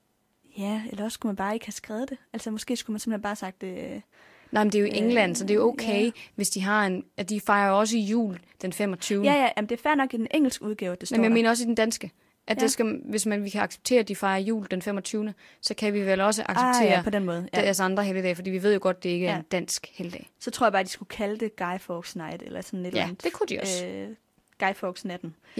Ja, eller også skulle man bare ikke have skrevet det. Altså, måske skulle man simpelthen bare sagt det... Nej, men det er jo i England, så det er jo okay, hvis de har at de fejrer også i jul den 25. Ja, jamen, det er fair nok i den engelske udgave, det står men jeg mener også i den danske. At det skal, hvis vi kan acceptere, at de fejrer jul den 25., så kan vi vel også acceptere på den måde. deres andre helligdage, fordi vi ved jo godt, at det ikke er en dansk helligdag. Så tror jeg bare, at de skulle kalde det Guy Fawkes Night, eller sådan et eller andet. Ja, det kunne de også. Guy Fawkes natten. Ja.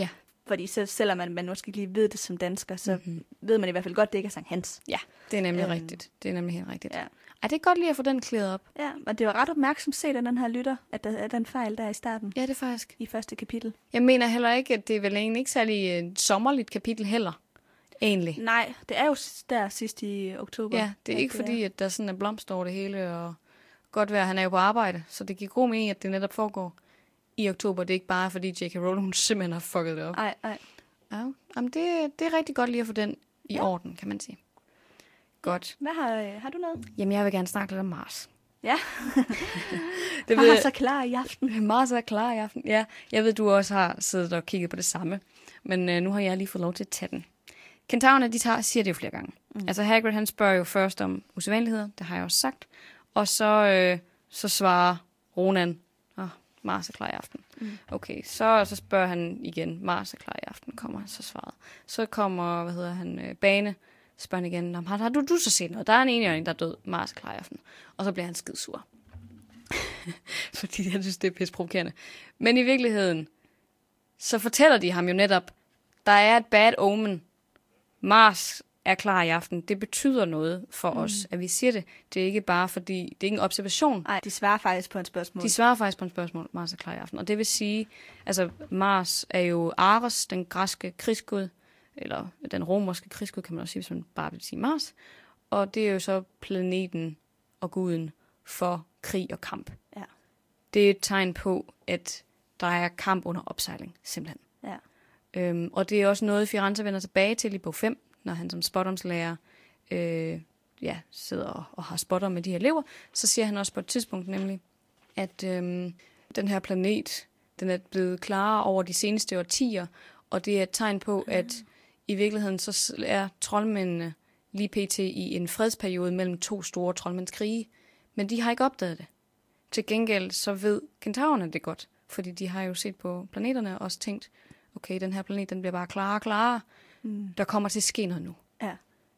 Fordi så, selvom man måske ikke lige ved det som dansker, så ved man i hvert fald godt, det ikke er Sankt Hans. Ja, det er nemlig rigtigt. Det er nemlig helt rigtigt. Ja. Det er godt lige at få den klædet op. Ja, og det var ret opmærksomt set af den her lytter, at der er den fejl der i starten. Ja, det er faktisk. I første kapitel. Jeg mener heller ikke, at det er vel egentlig ikke særlig et sommerligt kapitel heller. Egentlig. Nej, det er jo der sidst i oktober. Ja, det er ikke fordi, at der sådan er blomster over det hele, og godt være, han er jo på arbejde, så det giver god mening, at det netop foregår i oktober. Det er ikke bare, fordi J.K. Rowling simpelthen har fucket det op. Nej. Ja, jamen det er rigtig godt lige at få den i orden, kan man sige. Godt. Hvad har du noget? Jamen, jeg vil gerne snakke lidt om Mars. Ja. Det Mars er så klar i aften. Mars er klar i aften, ja. Jeg ved, du også har siddet og kigget på det samme, men nu har jeg lige fået lov til at tage den. Kentaurerne, siger det jo flere gange. Altså Hagrid, han spørger jo først om usædvanligheder, det har jeg også sagt. Og så svarer Ronan, Mars er klar i aften. Okay, så spørger han igen, Mars er klar i aften, kommer så svaret. Så kommer, Bane, spørger han igen, har du så set noget? Der er en enhjørning, der er død, Mars er klar i aften. Og så bliver han skidsur. Fordi jeg synes, det er pisprovokerende. Men i virkeligheden, så fortæller de ham jo netop, der er et bad omen. Mars er klar i aften. Det betyder noget for os, at vi siger det. Det er ikke bare fordi, det er ikke en observation. Nej, de svarer faktisk på en spørgsmål. Mars er klar i aften. Og det vil sige, altså Mars er jo Ares, den græske krigsgud, eller den romerske krigsgud, kan man også sige, hvis man bare vil sige Mars. Og det er jo så planeten og guden for krig og kamp. Ja. Det er et tegn på, at der er kamp under opsejling, simpelthen. Ja. Og det er også noget, Firenze vender tilbage til i bog 5, når han som spotdomslærer sidder og har spotter med de her elever. Så siger han også på et tidspunkt nemlig, at den her planet, den er blevet klarere over de seneste årtier, og det er et tegn på, at i virkeligheden så er troldmændene lige pt. I en fredsperiode mellem 2 store troldmændskrige, men de har ikke opdaget det. Til gengæld så ved kentaurerne det godt, fordi de har jo set på planeterne og også tænkt, okay, den her planet, den bliver bare klarere og klarere. Der kommer til at ske noget nu. Ja.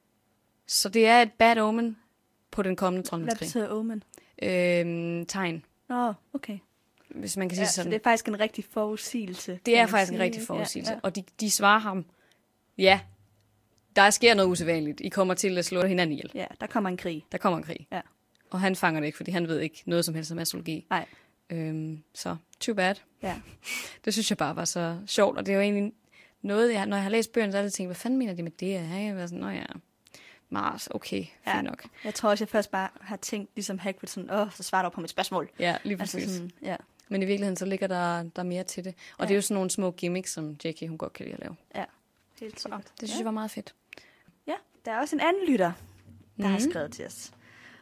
Så det er et bad omen på den kommende troldmændskrig. Hvad betyder omen? Tegn. Okay. Hvis man kan sige sådan. Så det er faktisk en rigtig forudsigelse. Det er faktisk en rigtig forudsigelse. Ja. Og de svarer ham, ja, der sker noget usædvanligt. I kommer til at slå hinanden ihjel. Ja, der kommer en krig. Ja. Og han fanger det ikke, fordi han ved ikke noget som helst om astrologi. Nej. Så too bad. Ja. Det synes jeg bare var så sjovt, og det er jo egentlig noget, når jeg har læst bøgerne, så har jeg tænkt, hvad fanden mener de med det? Jeg har været sådan, Mars, okay, fint nok. Jeg tror også, jeg først bare har tænkt, ligesom Hagrid, sådan, så svarer du på mit spørgsmål. Ja, lige præcis. Altså sådan, ja. Men i virkeligheden, så ligger der mere til det. Og det er jo sådan nogle små gimmicks, som J.K. hun godt kan lide at lave. Ja, helt sikkert. Det synes jeg var meget fedt. Ja, der er også en anden lytter, der har skrevet til os.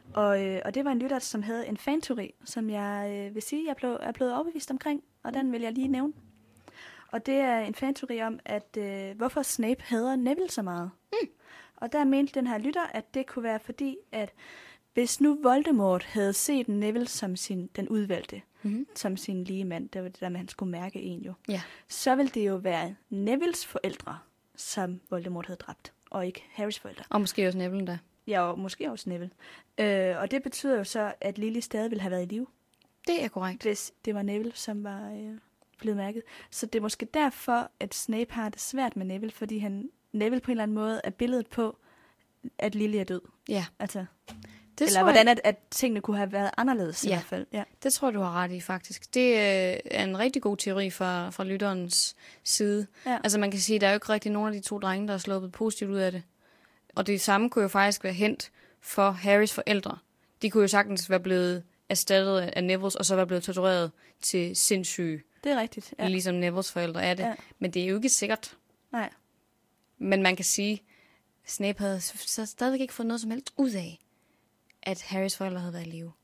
Og det var en lytter, som havde en fanteori, som jeg vil sige, jeg er blevet overbevist omkring, og den vil jeg lige nævne. Og det er en fanteori om, at hvorfor Snape hader Neville så meget. Og der mente den her lytter, at det kunne være fordi, at hvis nu Voldemort havde set Neville som den udvalgte, som sin lige mand, det var det der med, at han skulle mærke en jo, så ville det jo være Nevilles forældre, som Voldemort havde dræbt, og ikke Harrys forældre. Og måske også Neville da. Ja, og måske også Neville. Og det betyder jo så, at Lily stadig ville have været i live. Det er korrekt. Hvis det var Neville, som var blevet mærket. Så det er måske derfor, at Snape har det svært med Neville, fordi Neville på en eller anden måde er billedet på, at Lily er død. Ja. Altså, det eller hvordan at tingene kunne have været anderledes i hvert fald. Ja, det tror jeg, du har ret i faktisk. Det er en rigtig god teori fra lytterens side. Ja. Altså man kan sige, at der er jo ikke rigtig nogen af de 2 drenge, der er sluppet positivt ud af det. Og det samme kunne jo faktisk være hent for Harrys forældre. De kunne jo sagtens være blevet erstattet af Nevilles, og så være blevet tortureret til sindssyge. Det er rigtigt, ja. Ligesom Nevilles forældre er det. Ja. Men det er jo ikke sikkert. Nej. Men man kan sige, Snape havde så stadig ikke fået noget som helst ud af, at Harrys forældre havde været i live.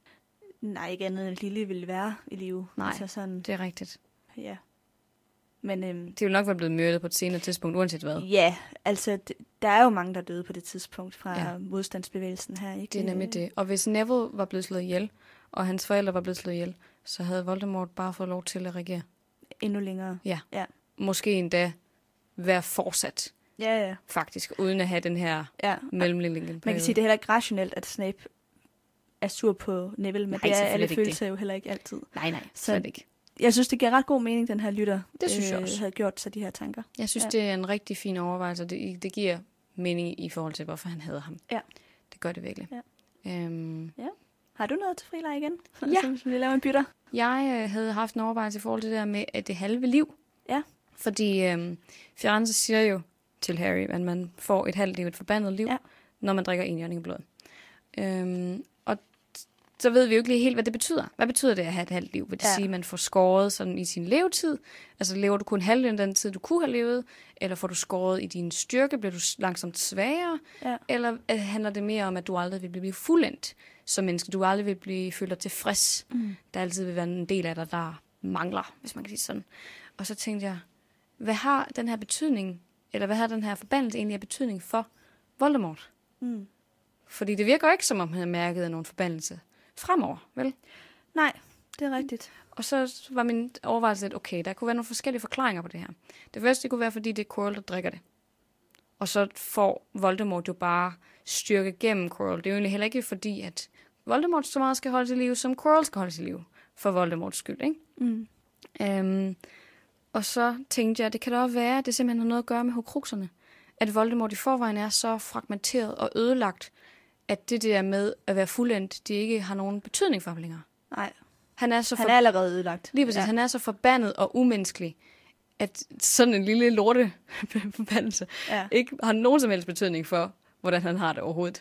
Nej, ikke andet end Lily ville være i live. Nej, altså sådan, det er rigtigt. Ja. Men, det ville nok være blevet myrdet på et senere tidspunkt, uanset hvad. Ja, altså der er jo mange, der døde på det tidspunkt fra modstandsbevægelsen her. Ikke? Det er nemlig det. Og hvis Neville var blevet slået ihjel, og hans forældre var blevet slået ihjel, så havde Voldemort bare fået lov til at regere. Endnu længere. Ja. Måske endda være fortsat. Ja. Faktisk, uden at have den her mellemliggende periode. Man kan sige, det er heller ikke rationelt, at Snape er sur på Neville, men det er alle følelser jo heller ikke altid. Nej, slet ikke. Jeg synes, det giver ret god mening, den her lytter det synes jeg også. Havde gjort sig de her tanker. Jeg synes, det er en rigtig fin overvejelse, og det giver mening i forhold til, hvorfor han havde ham. Ja. Det gør det virkelig. Ja. Ja. Har du noget til frileg igen? Ja. Så vi laver en bytter. Jeg havde haft en overvejelse i forhold til det der med at det halve liv. Ja. Fordi Firenze siger jo til Harry, at man får et halvt liv, et forbandet liv, når man drikker 1 jørning blod. Og så ved vi jo ikke lige helt, hvad det betyder. Hvad betyder det at have et halvt liv? Vil det sige, at man får skåret sådan i sin levetid? Altså lever du kun halvdelen den tid, du kunne have levet? Eller får du skåret i din styrke? Bliver du langsomt svagere? Ja. Eller handler det mere om, at du aldrig vil blive fuldendt som menneske? Du aldrig vil føle dig tilfreds. Der altid vil være en del af dig, der mangler, hvis man kan sige sådan. Og så tænkte jeg, hvad har den her betydning, eller hvad har den her forbandelse egentlig af betydning for Voldemort? Fordi det virker jo ikke, som om han havde mærket nogen forbandelse fremover, vel? Nej, det er rigtigt. Og så var min overvejelse lidt, okay, der kunne være nogle forskellige forklaringer på det her. Det første, det kunne være, fordi det er Quirrell, der drikker det. Og så får Voldemort jo bare styrke gennem Quirrell. Det er jo egentlig heller ikke fordi, at Voldemort så meget skal holde til liv, som Quirrell skal holde til liv. For Voldemorts skyld, ikke? Og så tænkte jeg, det kan da også være, at det simpelthen har noget at gøre med horcruxerne. At Voldemort i forvejen er så fragmenteret og ødelagt, at det der med at være fuldendt, det ikke har nogen betydning for ham længere. Nej. Han er allerede ødelagt. Lige præcis. Ja. Han er så forbandet og umenneskelig, at sådan en lille lorteforbandelse ikke har nogen som helst betydning for, hvordan han har det overhovedet.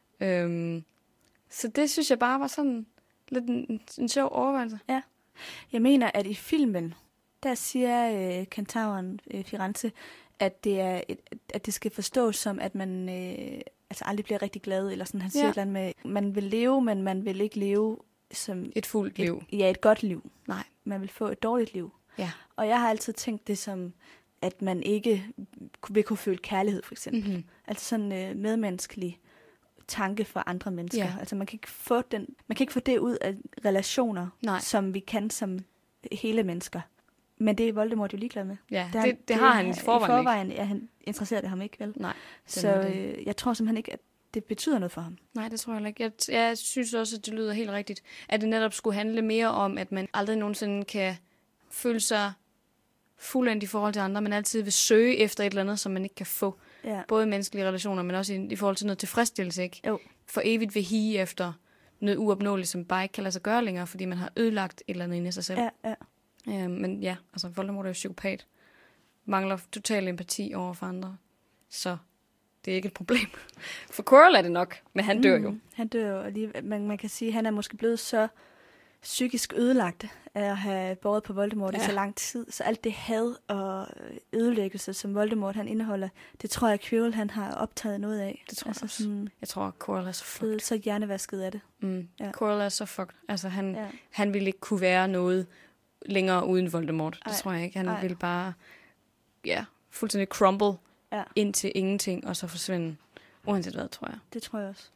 Så det synes jeg bare var sådan lidt en sjov overvejelse. Ja. Jeg mener, at i filmen, der siger kentauren Firenze, at det skal forstås som, at man aldrig bliver rigtig glad, eller sådan, han siger et eller andet med, man vil leve, men man vil ikke leve som et fuldt liv. Et godt liv. Nej. Man vil få et dårligt liv. Ja. Og jeg har altid tænkt det som, at man ikke vil kunne føle kærlighed, for eksempel. Mm-hmm. Altså sådan medmenneskelig tanke for andre mennesker. Ja. Altså man kan ikke få det ud af relationer, som vi kan som hele mennesker. Men det er Voldemort jo ligeglad med. Ja, det har han i forvejen ikke. Han interesserer det ham ikke, vel? Nej. Så jeg tror simpelthen ikke, at det betyder noget for ham. Nej, det tror jeg ikke. Jeg synes også, at det lyder helt rigtigt, at det netop skulle handle mere om, at man aldrig nogensinde kan føle sig fuldendt i forhold til andre, men altid vil søge efter et eller andet, som man ikke kan få. Ja. Både i menneskelige relationer, men også i forhold til noget tilfredsstillelse, ikke? Jo. For evigt vil hige efter noget uopnåeligt, som bare ikke kan lade sig gøre længere, fordi man har ødelagt et eller andet inde i sig selv. Ja. Men ja, altså Voldemort er jo psykopat. Mangler total empati over for andre. Så det er ikke et problem. For Quirrell er det nok, men han dør jo. Han dør jo, og man kan sige, at han er måske blevet så psykisk ødelagt af at have båret på Voldemort i så lang tid. Så alt det had og ødelæggelse, som Voldemort han indeholder, det tror jeg, Quirrell han har optaget noget af. Det tror jeg også. Jeg tror, Quirrell er så fucked. Så hjernevasket af det. Ja. Quirrell er så fucked. Altså han ville ikke kunne være noget længere uden Voldemort. Det tror jeg ikke. Han ville bare fuldstændig crumble ind til ingenting, og så forsvinde. Uanset hvad, tror jeg. Det tror jeg også.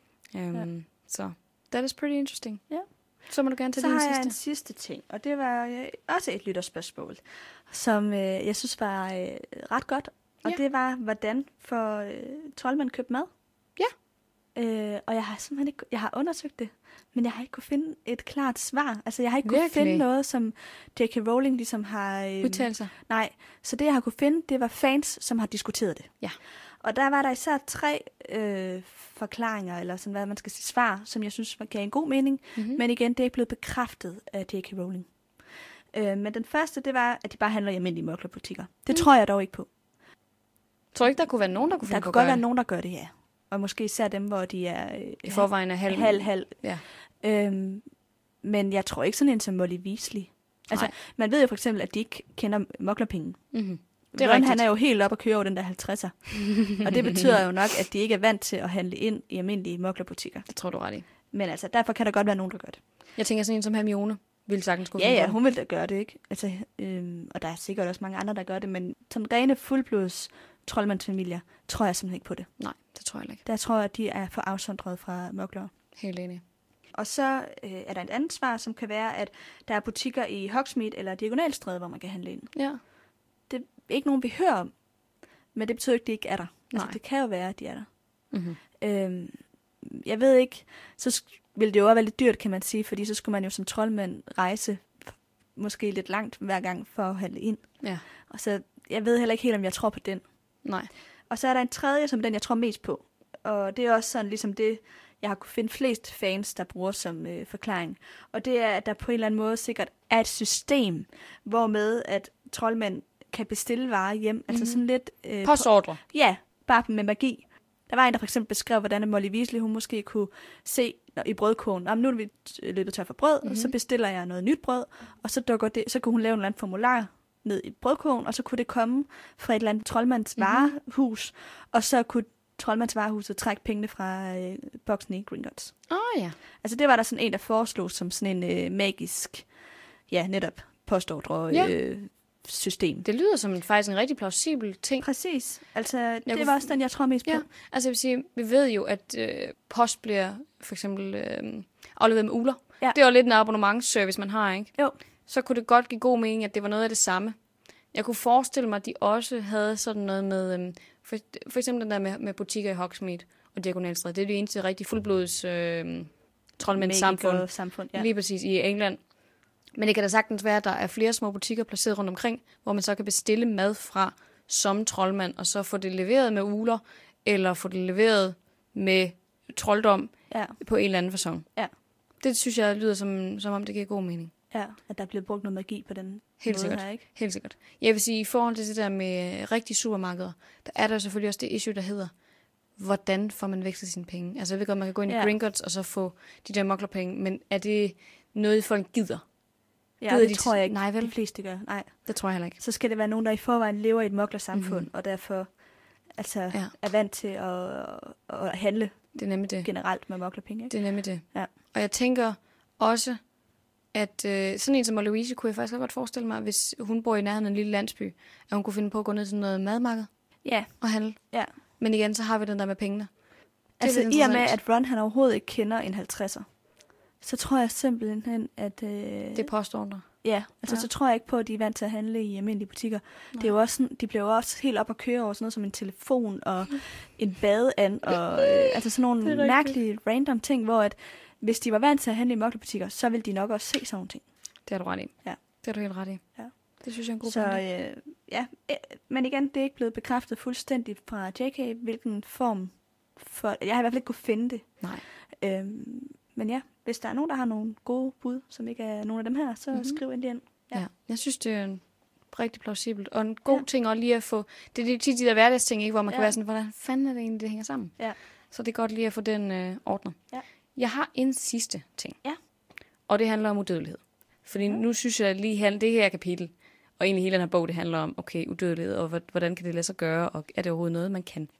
Så that is pretty interesting. Ja. Så må du gerne tage din sidste. Så har jeg en sidste ting, og det var også et lytterspørgsmål, som jeg synes var ret godt. Og det var, hvordan får troldmænd købt mad? Ja. Og jeg har simpelthen ikke, jeg har undersøgt det, men jeg har ikke kunne finde et klart svar. Altså jeg har ikke kunne finde noget, som J.K. Rowling ligesom har udtalt sig. Nej, så det jeg har kunne finde, det var fans, som har diskuteret det. Ja. Og der var der især 3 forklaringer, eller sådan hvad man skal sige, svar, som jeg synes gav en god mening. Mm-hmm. Men igen, det er ikke blevet bekræftet af J.K. Rowling. Men den første, det var, at de bare handler i almindelige mørklerbutikker. Det tror jeg dog ikke på. Tror ikke, der kunne være nogen, der kunne finde på at gøre det? Der kunne godt være nogen, der gør det, ja. Og måske især dem, hvor de er i forvejen er halv. Ja. Men jeg tror ikke sådan en som Molly Weasley. Altså, man ved jo for eksempel, at de ikke kender muglerpenge. Mm-hmm. Ron, han er jo helt op at køre over den der 50'er. Og det betyder jo nok, at de ikke er vant til at handle ind i almindelige muglerbutikker. Det tror du ret i. Men altså, derfor kan der godt være nogen, der gør det. Jeg tænker sådan en som Hermione ville sagtens kunne Ja, hun vil da gøre det, ikke? Altså, og der er sikkert også mange andre, der gør det, men sådan rene fuldblods troldmandsfamilier, tror jeg simpelthen ikke på det. Nej, det tror jeg ikke. Der tror jeg, at de er for afsondret fra muglere. Helt enig. Og så er der et andet svar, som kan være, at der er butikker i Hogsmeade eller Diagonalstræde, hvor man kan handle ind. Ja. Det er ikke nogen, vi hører om, men det betyder ikke, at de ikke er der. Altså, det kan jo være, at de er der. Mm-hmm. Jeg ved ikke, så ville det jo også være lidt dyrt, kan man sige, fordi så skulle man jo som troldmand rejse måske lidt langt hver gang for at handle ind. Ja. Og så, jeg ved heller ikke helt, om jeg tror på den. Nej. Og så er der en tredje, som den, jeg tror mest på. Og det er også sådan ligesom det, jeg har kunne finde flest fans, der bruger som forklaring. Og det er, at der på en eller anden måde sikkert er et system, hvormed at troldmænd kan bestille varer hjem. Altså sådan lidt... Postordre. Ja, bare med magi. Der var en, der for eksempel beskrev, hvordan Molly Weasley, hun måske kunne se i brødkogen, nu er vi løbet tør for brød, og så bestiller jeg noget nyt brød, og så kunne hun lave en eller anden formular ned i brødkogen, og så kunne det komme fra et eller andet troldmands varehus, og så kunne troldmands varehuset trække pengene fra boksen i Gringotts. Ja. Altså det var der sådan en, der foreslog som sådan en magisk, netop postordre system. Det lyder som faktisk en rigtig plausibel ting. Præcis. Altså, det var også den, jeg tror mest på. Ja. Altså, jeg vil sige, vi ved jo, at post bliver for eksempel afleveret med ugler. Ja. Det er jo lidt en abonnementsservice, man har, ikke? Jo. Så kunne det godt give god mening, at det var noget af det samme. Jeg kunne forestille mig, at de også havde sådan noget med, for eksempel den der med butikker i Hogsmeade og Diagonalstræde. Det er det eneste rigtig fuldblods troldmændssamfund. Ja. Lige præcis i England. Men det kan da sagtens være, at der er flere små butikker placeret rundt omkring, hvor man så kan bestille mad fra som troldmand, og så få det leveret med ugler, eller få det leveret med trolddom på en eller anden facon. Ja. Det synes jeg lyder som om det giver god mening. Ja, at der bliver brugt noget magi på den Helt måde sikkert. her, ikke? Helt sikkert. Jeg vil sige, i forhold til det der med rigtige supermarkeder, der er der selvfølgelig også det issue, der hedder, hvordan får man vekslet sine penge? Altså jeg ved godt, man kan gå ind i Gringotts og så få de der muglerpenge, men er det noget, folk gider? Ja, det tror jeg ikke, nej, vel? de fleste gør. Nej, det tror jeg heller ikke. Så skal det være nogen, der i forvejen lever i et muglersamfund, og derfor er vant til at handle det er nemlig det. Generelt med muglerpenge. Ikke? Det er nemlig det. Ja. Og jeg tænker også, at sådan en som Louise kunne jeg faktisk godt forestille mig, hvis hun bor i nærheden af en lille landsby, at hun kunne finde på at gå ned til noget madmarked og handle. Ja. Men igen, så har vi den der med pengene. Altså i og med, at Ron han overhovedet ikke kender en 50'er, så tror jeg simpelthen, at... det er postordre. Ja, altså så tror jeg ikke på, at de er vant til at handle i almindelige butikker. Det er jo også sådan, de bliver jo også helt op at køre over sådan noget som en telefon og en badeand og altså sådan nogle mærkelige random ting, hvor at hvis de var vant til at handle i muglerbutikker, så ville de nok også se sådan nogle ting. Det har du ret i. Ja. Det har du helt ret i. Ja. Det synes jeg er en god point. Men igen, det er ikke blevet bekræftet fuldstændigt fra JK, hvilken form for... Jeg har i hvert fald ikke kunne finde det. Nej. Men ja, hvis der er nogen, der har nogle gode bud, som ikke er nogen af dem her, så skriv endelig ind. Ja, jeg synes, det er rigtig plausibelt. Og en god ting også lige at få... Det er tit de der hverdagsting, ikke, hvor man kan være sådan, hvordan fanden er det egentlig, det hænger sammen? Ja. Så det er godt lige at få den ordnet. Ja. Jeg har en sidste ting. Ja. Og det handler om udødelighed. Fordi nu synes jeg lige, det her kapitel, og egentlig hele den her bog, det handler om, okay, udødelighed, og hvordan kan det lade sig gøre, og er det overhovedet noget, man kan?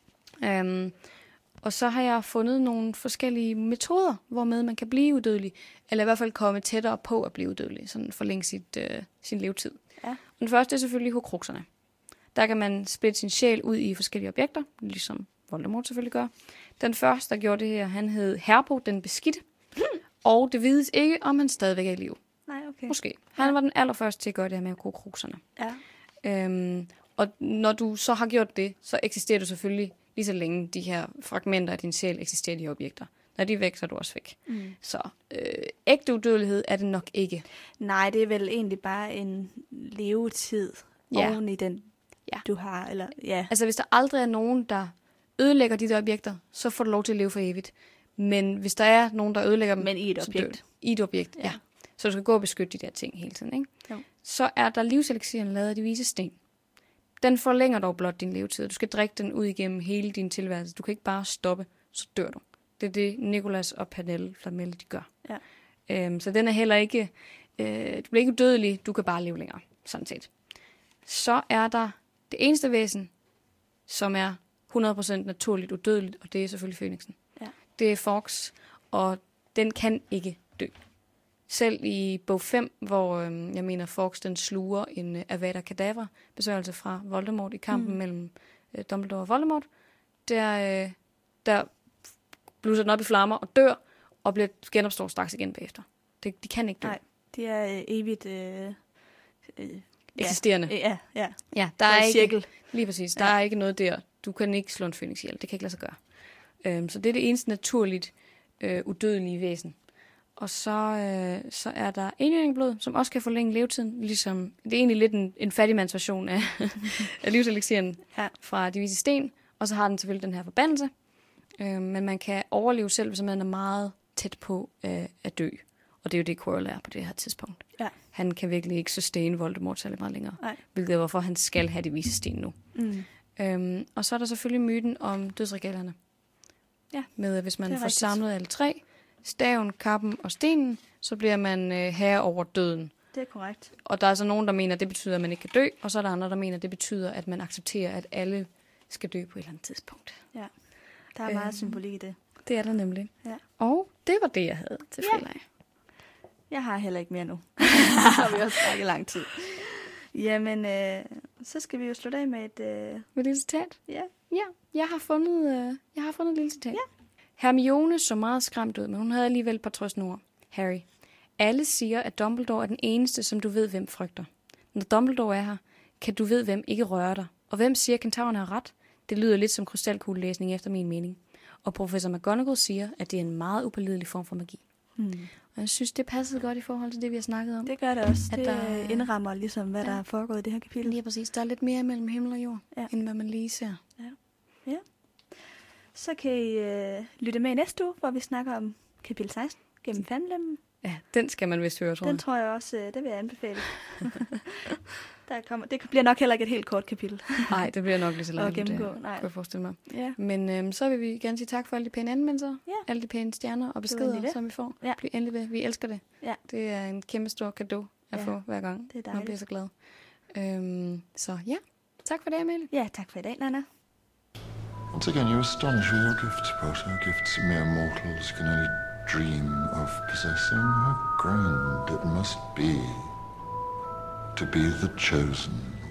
Og så har jeg fundet nogle forskellige metoder, hvormed man kan blive udødelig, eller i hvert fald komme tættere på at blive udødelig, sådan forlænge sin levetid. Ja. Og den første er selvfølgelig horcruxerne. Der kan man splitte sin sjæl ud i forskellige objekter, ligesom Voldemort selvfølgelig gør. Den første, der gjorde det her, han hed Herbo den Beskidte, og det vides ikke, om han stadigvæk er i live. Nej, okay. Måske. Han var den allerførste til at gøre det her med horcruxerne. Ja. Og når du så har gjort det, så eksisterer du selvfølgelig lige så længe de her fragmenter af din sjæl eksisterer, de objekter. Når de er væk, så er du også væk. Så ægte udødelighed er det nok ikke. Nej, det er vel egentlig bare en levetid oven i den, du har. Eller, Altså, hvis der aldrig er nogen, der ødelægger de der objekter, så får du lov til at leve for evigt. Men hvis der er nogen, der ødelægger dem... Men i et objekt. I et objekt, ja. Så du skal gå og beskytte de der ting hele tiden, ikke? Jo. Så er der livselixiren lavet af de vise sten. Den forlænger dog blot din levetid. Du skal drikke den ud igennem hele din tilværelse. Du kan ikke bare stoppe, så dør du. Det er det, Nicolas og Pernille Flamel, de gør. Ja. Så den er heller ikke... du bliver ikke udødelig, du kan bare leve længere, sådan set. Så er der det eneste væsen, som er 100% naturligt udødeligt, og det er selvfølgelig Fønixen. Ja. Det er Fawkes, og den kan ikke dø. Selv i bog 5, hvor jeg mener Fawkes den sluger en Avada Kedavra besværgelse fra Voldemort i kampen mellem Dumbledore og Voldemort, der blusser den op i flammer og dør, og bliver genopstår straks igen bagefter. De kan ikke dø. Nej, de er evigt... eksisterende. Ja, der er ikke, cirkel. Lige præcis. Der er ikke noget der. Du kan ikke slå en Fønix ihjel. Det kan ikke lade sig gøre. Så det er det eneste naturligt udødelige væsen. Og så er der enhjørningblod, som også kan forlænge levetiden. Ligesom, det er egentlig lidt en fattigmandsversion af, af livselixieren fra De Vise Sten. Og så har den selvfølgelig den her forbandelse. Men man kan overleve selv, hvis man er meget tæt på at dø. Og det er jo det, Quirrell er på det her tidspunkt. Ja. Han kan virkelig ikke sustain Voldemort særlig meget længere. Nej. Hvilket er, hvorfor han skal have De Vise Sten nu. Og så er der selvfølgelig myten om dødsregalerne. Ja. Med at hvis man får samlet alle tre, staven, kappen og stenen, så bliver man herre over døden. Det er korrekt. Og der er så nogen, der mener, at det betyder, at man ikke kan dø. Og så er der andre, der mener, at det betyder, at man accepterer, at alle skal dø på et eller andet tidspunkt. Ja, der er meget symbolik i det. Det er der nemlig. Ja. Og det var det, jeg havde til Fredag. Jeg har heller ikke mere nu. Så har vi også snakket lang tid. Jamen, så skal vi jo slutte af med et lille citat. Ja. Jeg har fundet et lille citat. Ja. Hermione så meget skræmt ud, men hun havde alligevel et par trøstende ord. Harry, alle siger, at Dumbledore er den eneste, som du ved, hvem frygter. Når Dumbledore er her, kan du ved, hvem ikke rører dig. Og hvem siger, at kentauren har ret? Det lyder lidt som krystalkuglelæsning efter min mening. Og professor McGonagall siger, at det er en meget upålidelig form for magi. Og jeg synes, det passede godt i forhold til det, vi har snakket om. Det gør det også. At det der indrammer ligesom, hvad der er foregået i det her kapitel. Lige præcis. Der er lidt mere mellem himmel og jord, end hvad man lige ser. Ja. Så kan I lytte med i næste uge, hvor vi snakker om kapitel 16 gennem Fandlemmen. Ja, den skal man vist høre, tror jeg. Den tror jeg også, det vil jeg anbefale. Det bliver nok heller ikke et helt kort kapitel. Nej, det bliver nok lige så langt. Kunne jeg forestille mig. Ja. Men så vil vi gerne sige tak for alle de pæne anmeldelser, alle de pæne stjerner og beskeder, som vi får. Ja. Bliv endelig ved. Vi elsker det. Ja. Det er en kæmpe stor cadeau at få hver gang. Det er dejligt. Man bliver så glad. Så ja, tak for det, Amalie. Ja, tak for i dag, Nana. Once again, you astonish with your gifts, Potter. Gifts mere mortals can only dream of possessing. How grand it must be to be the chosen.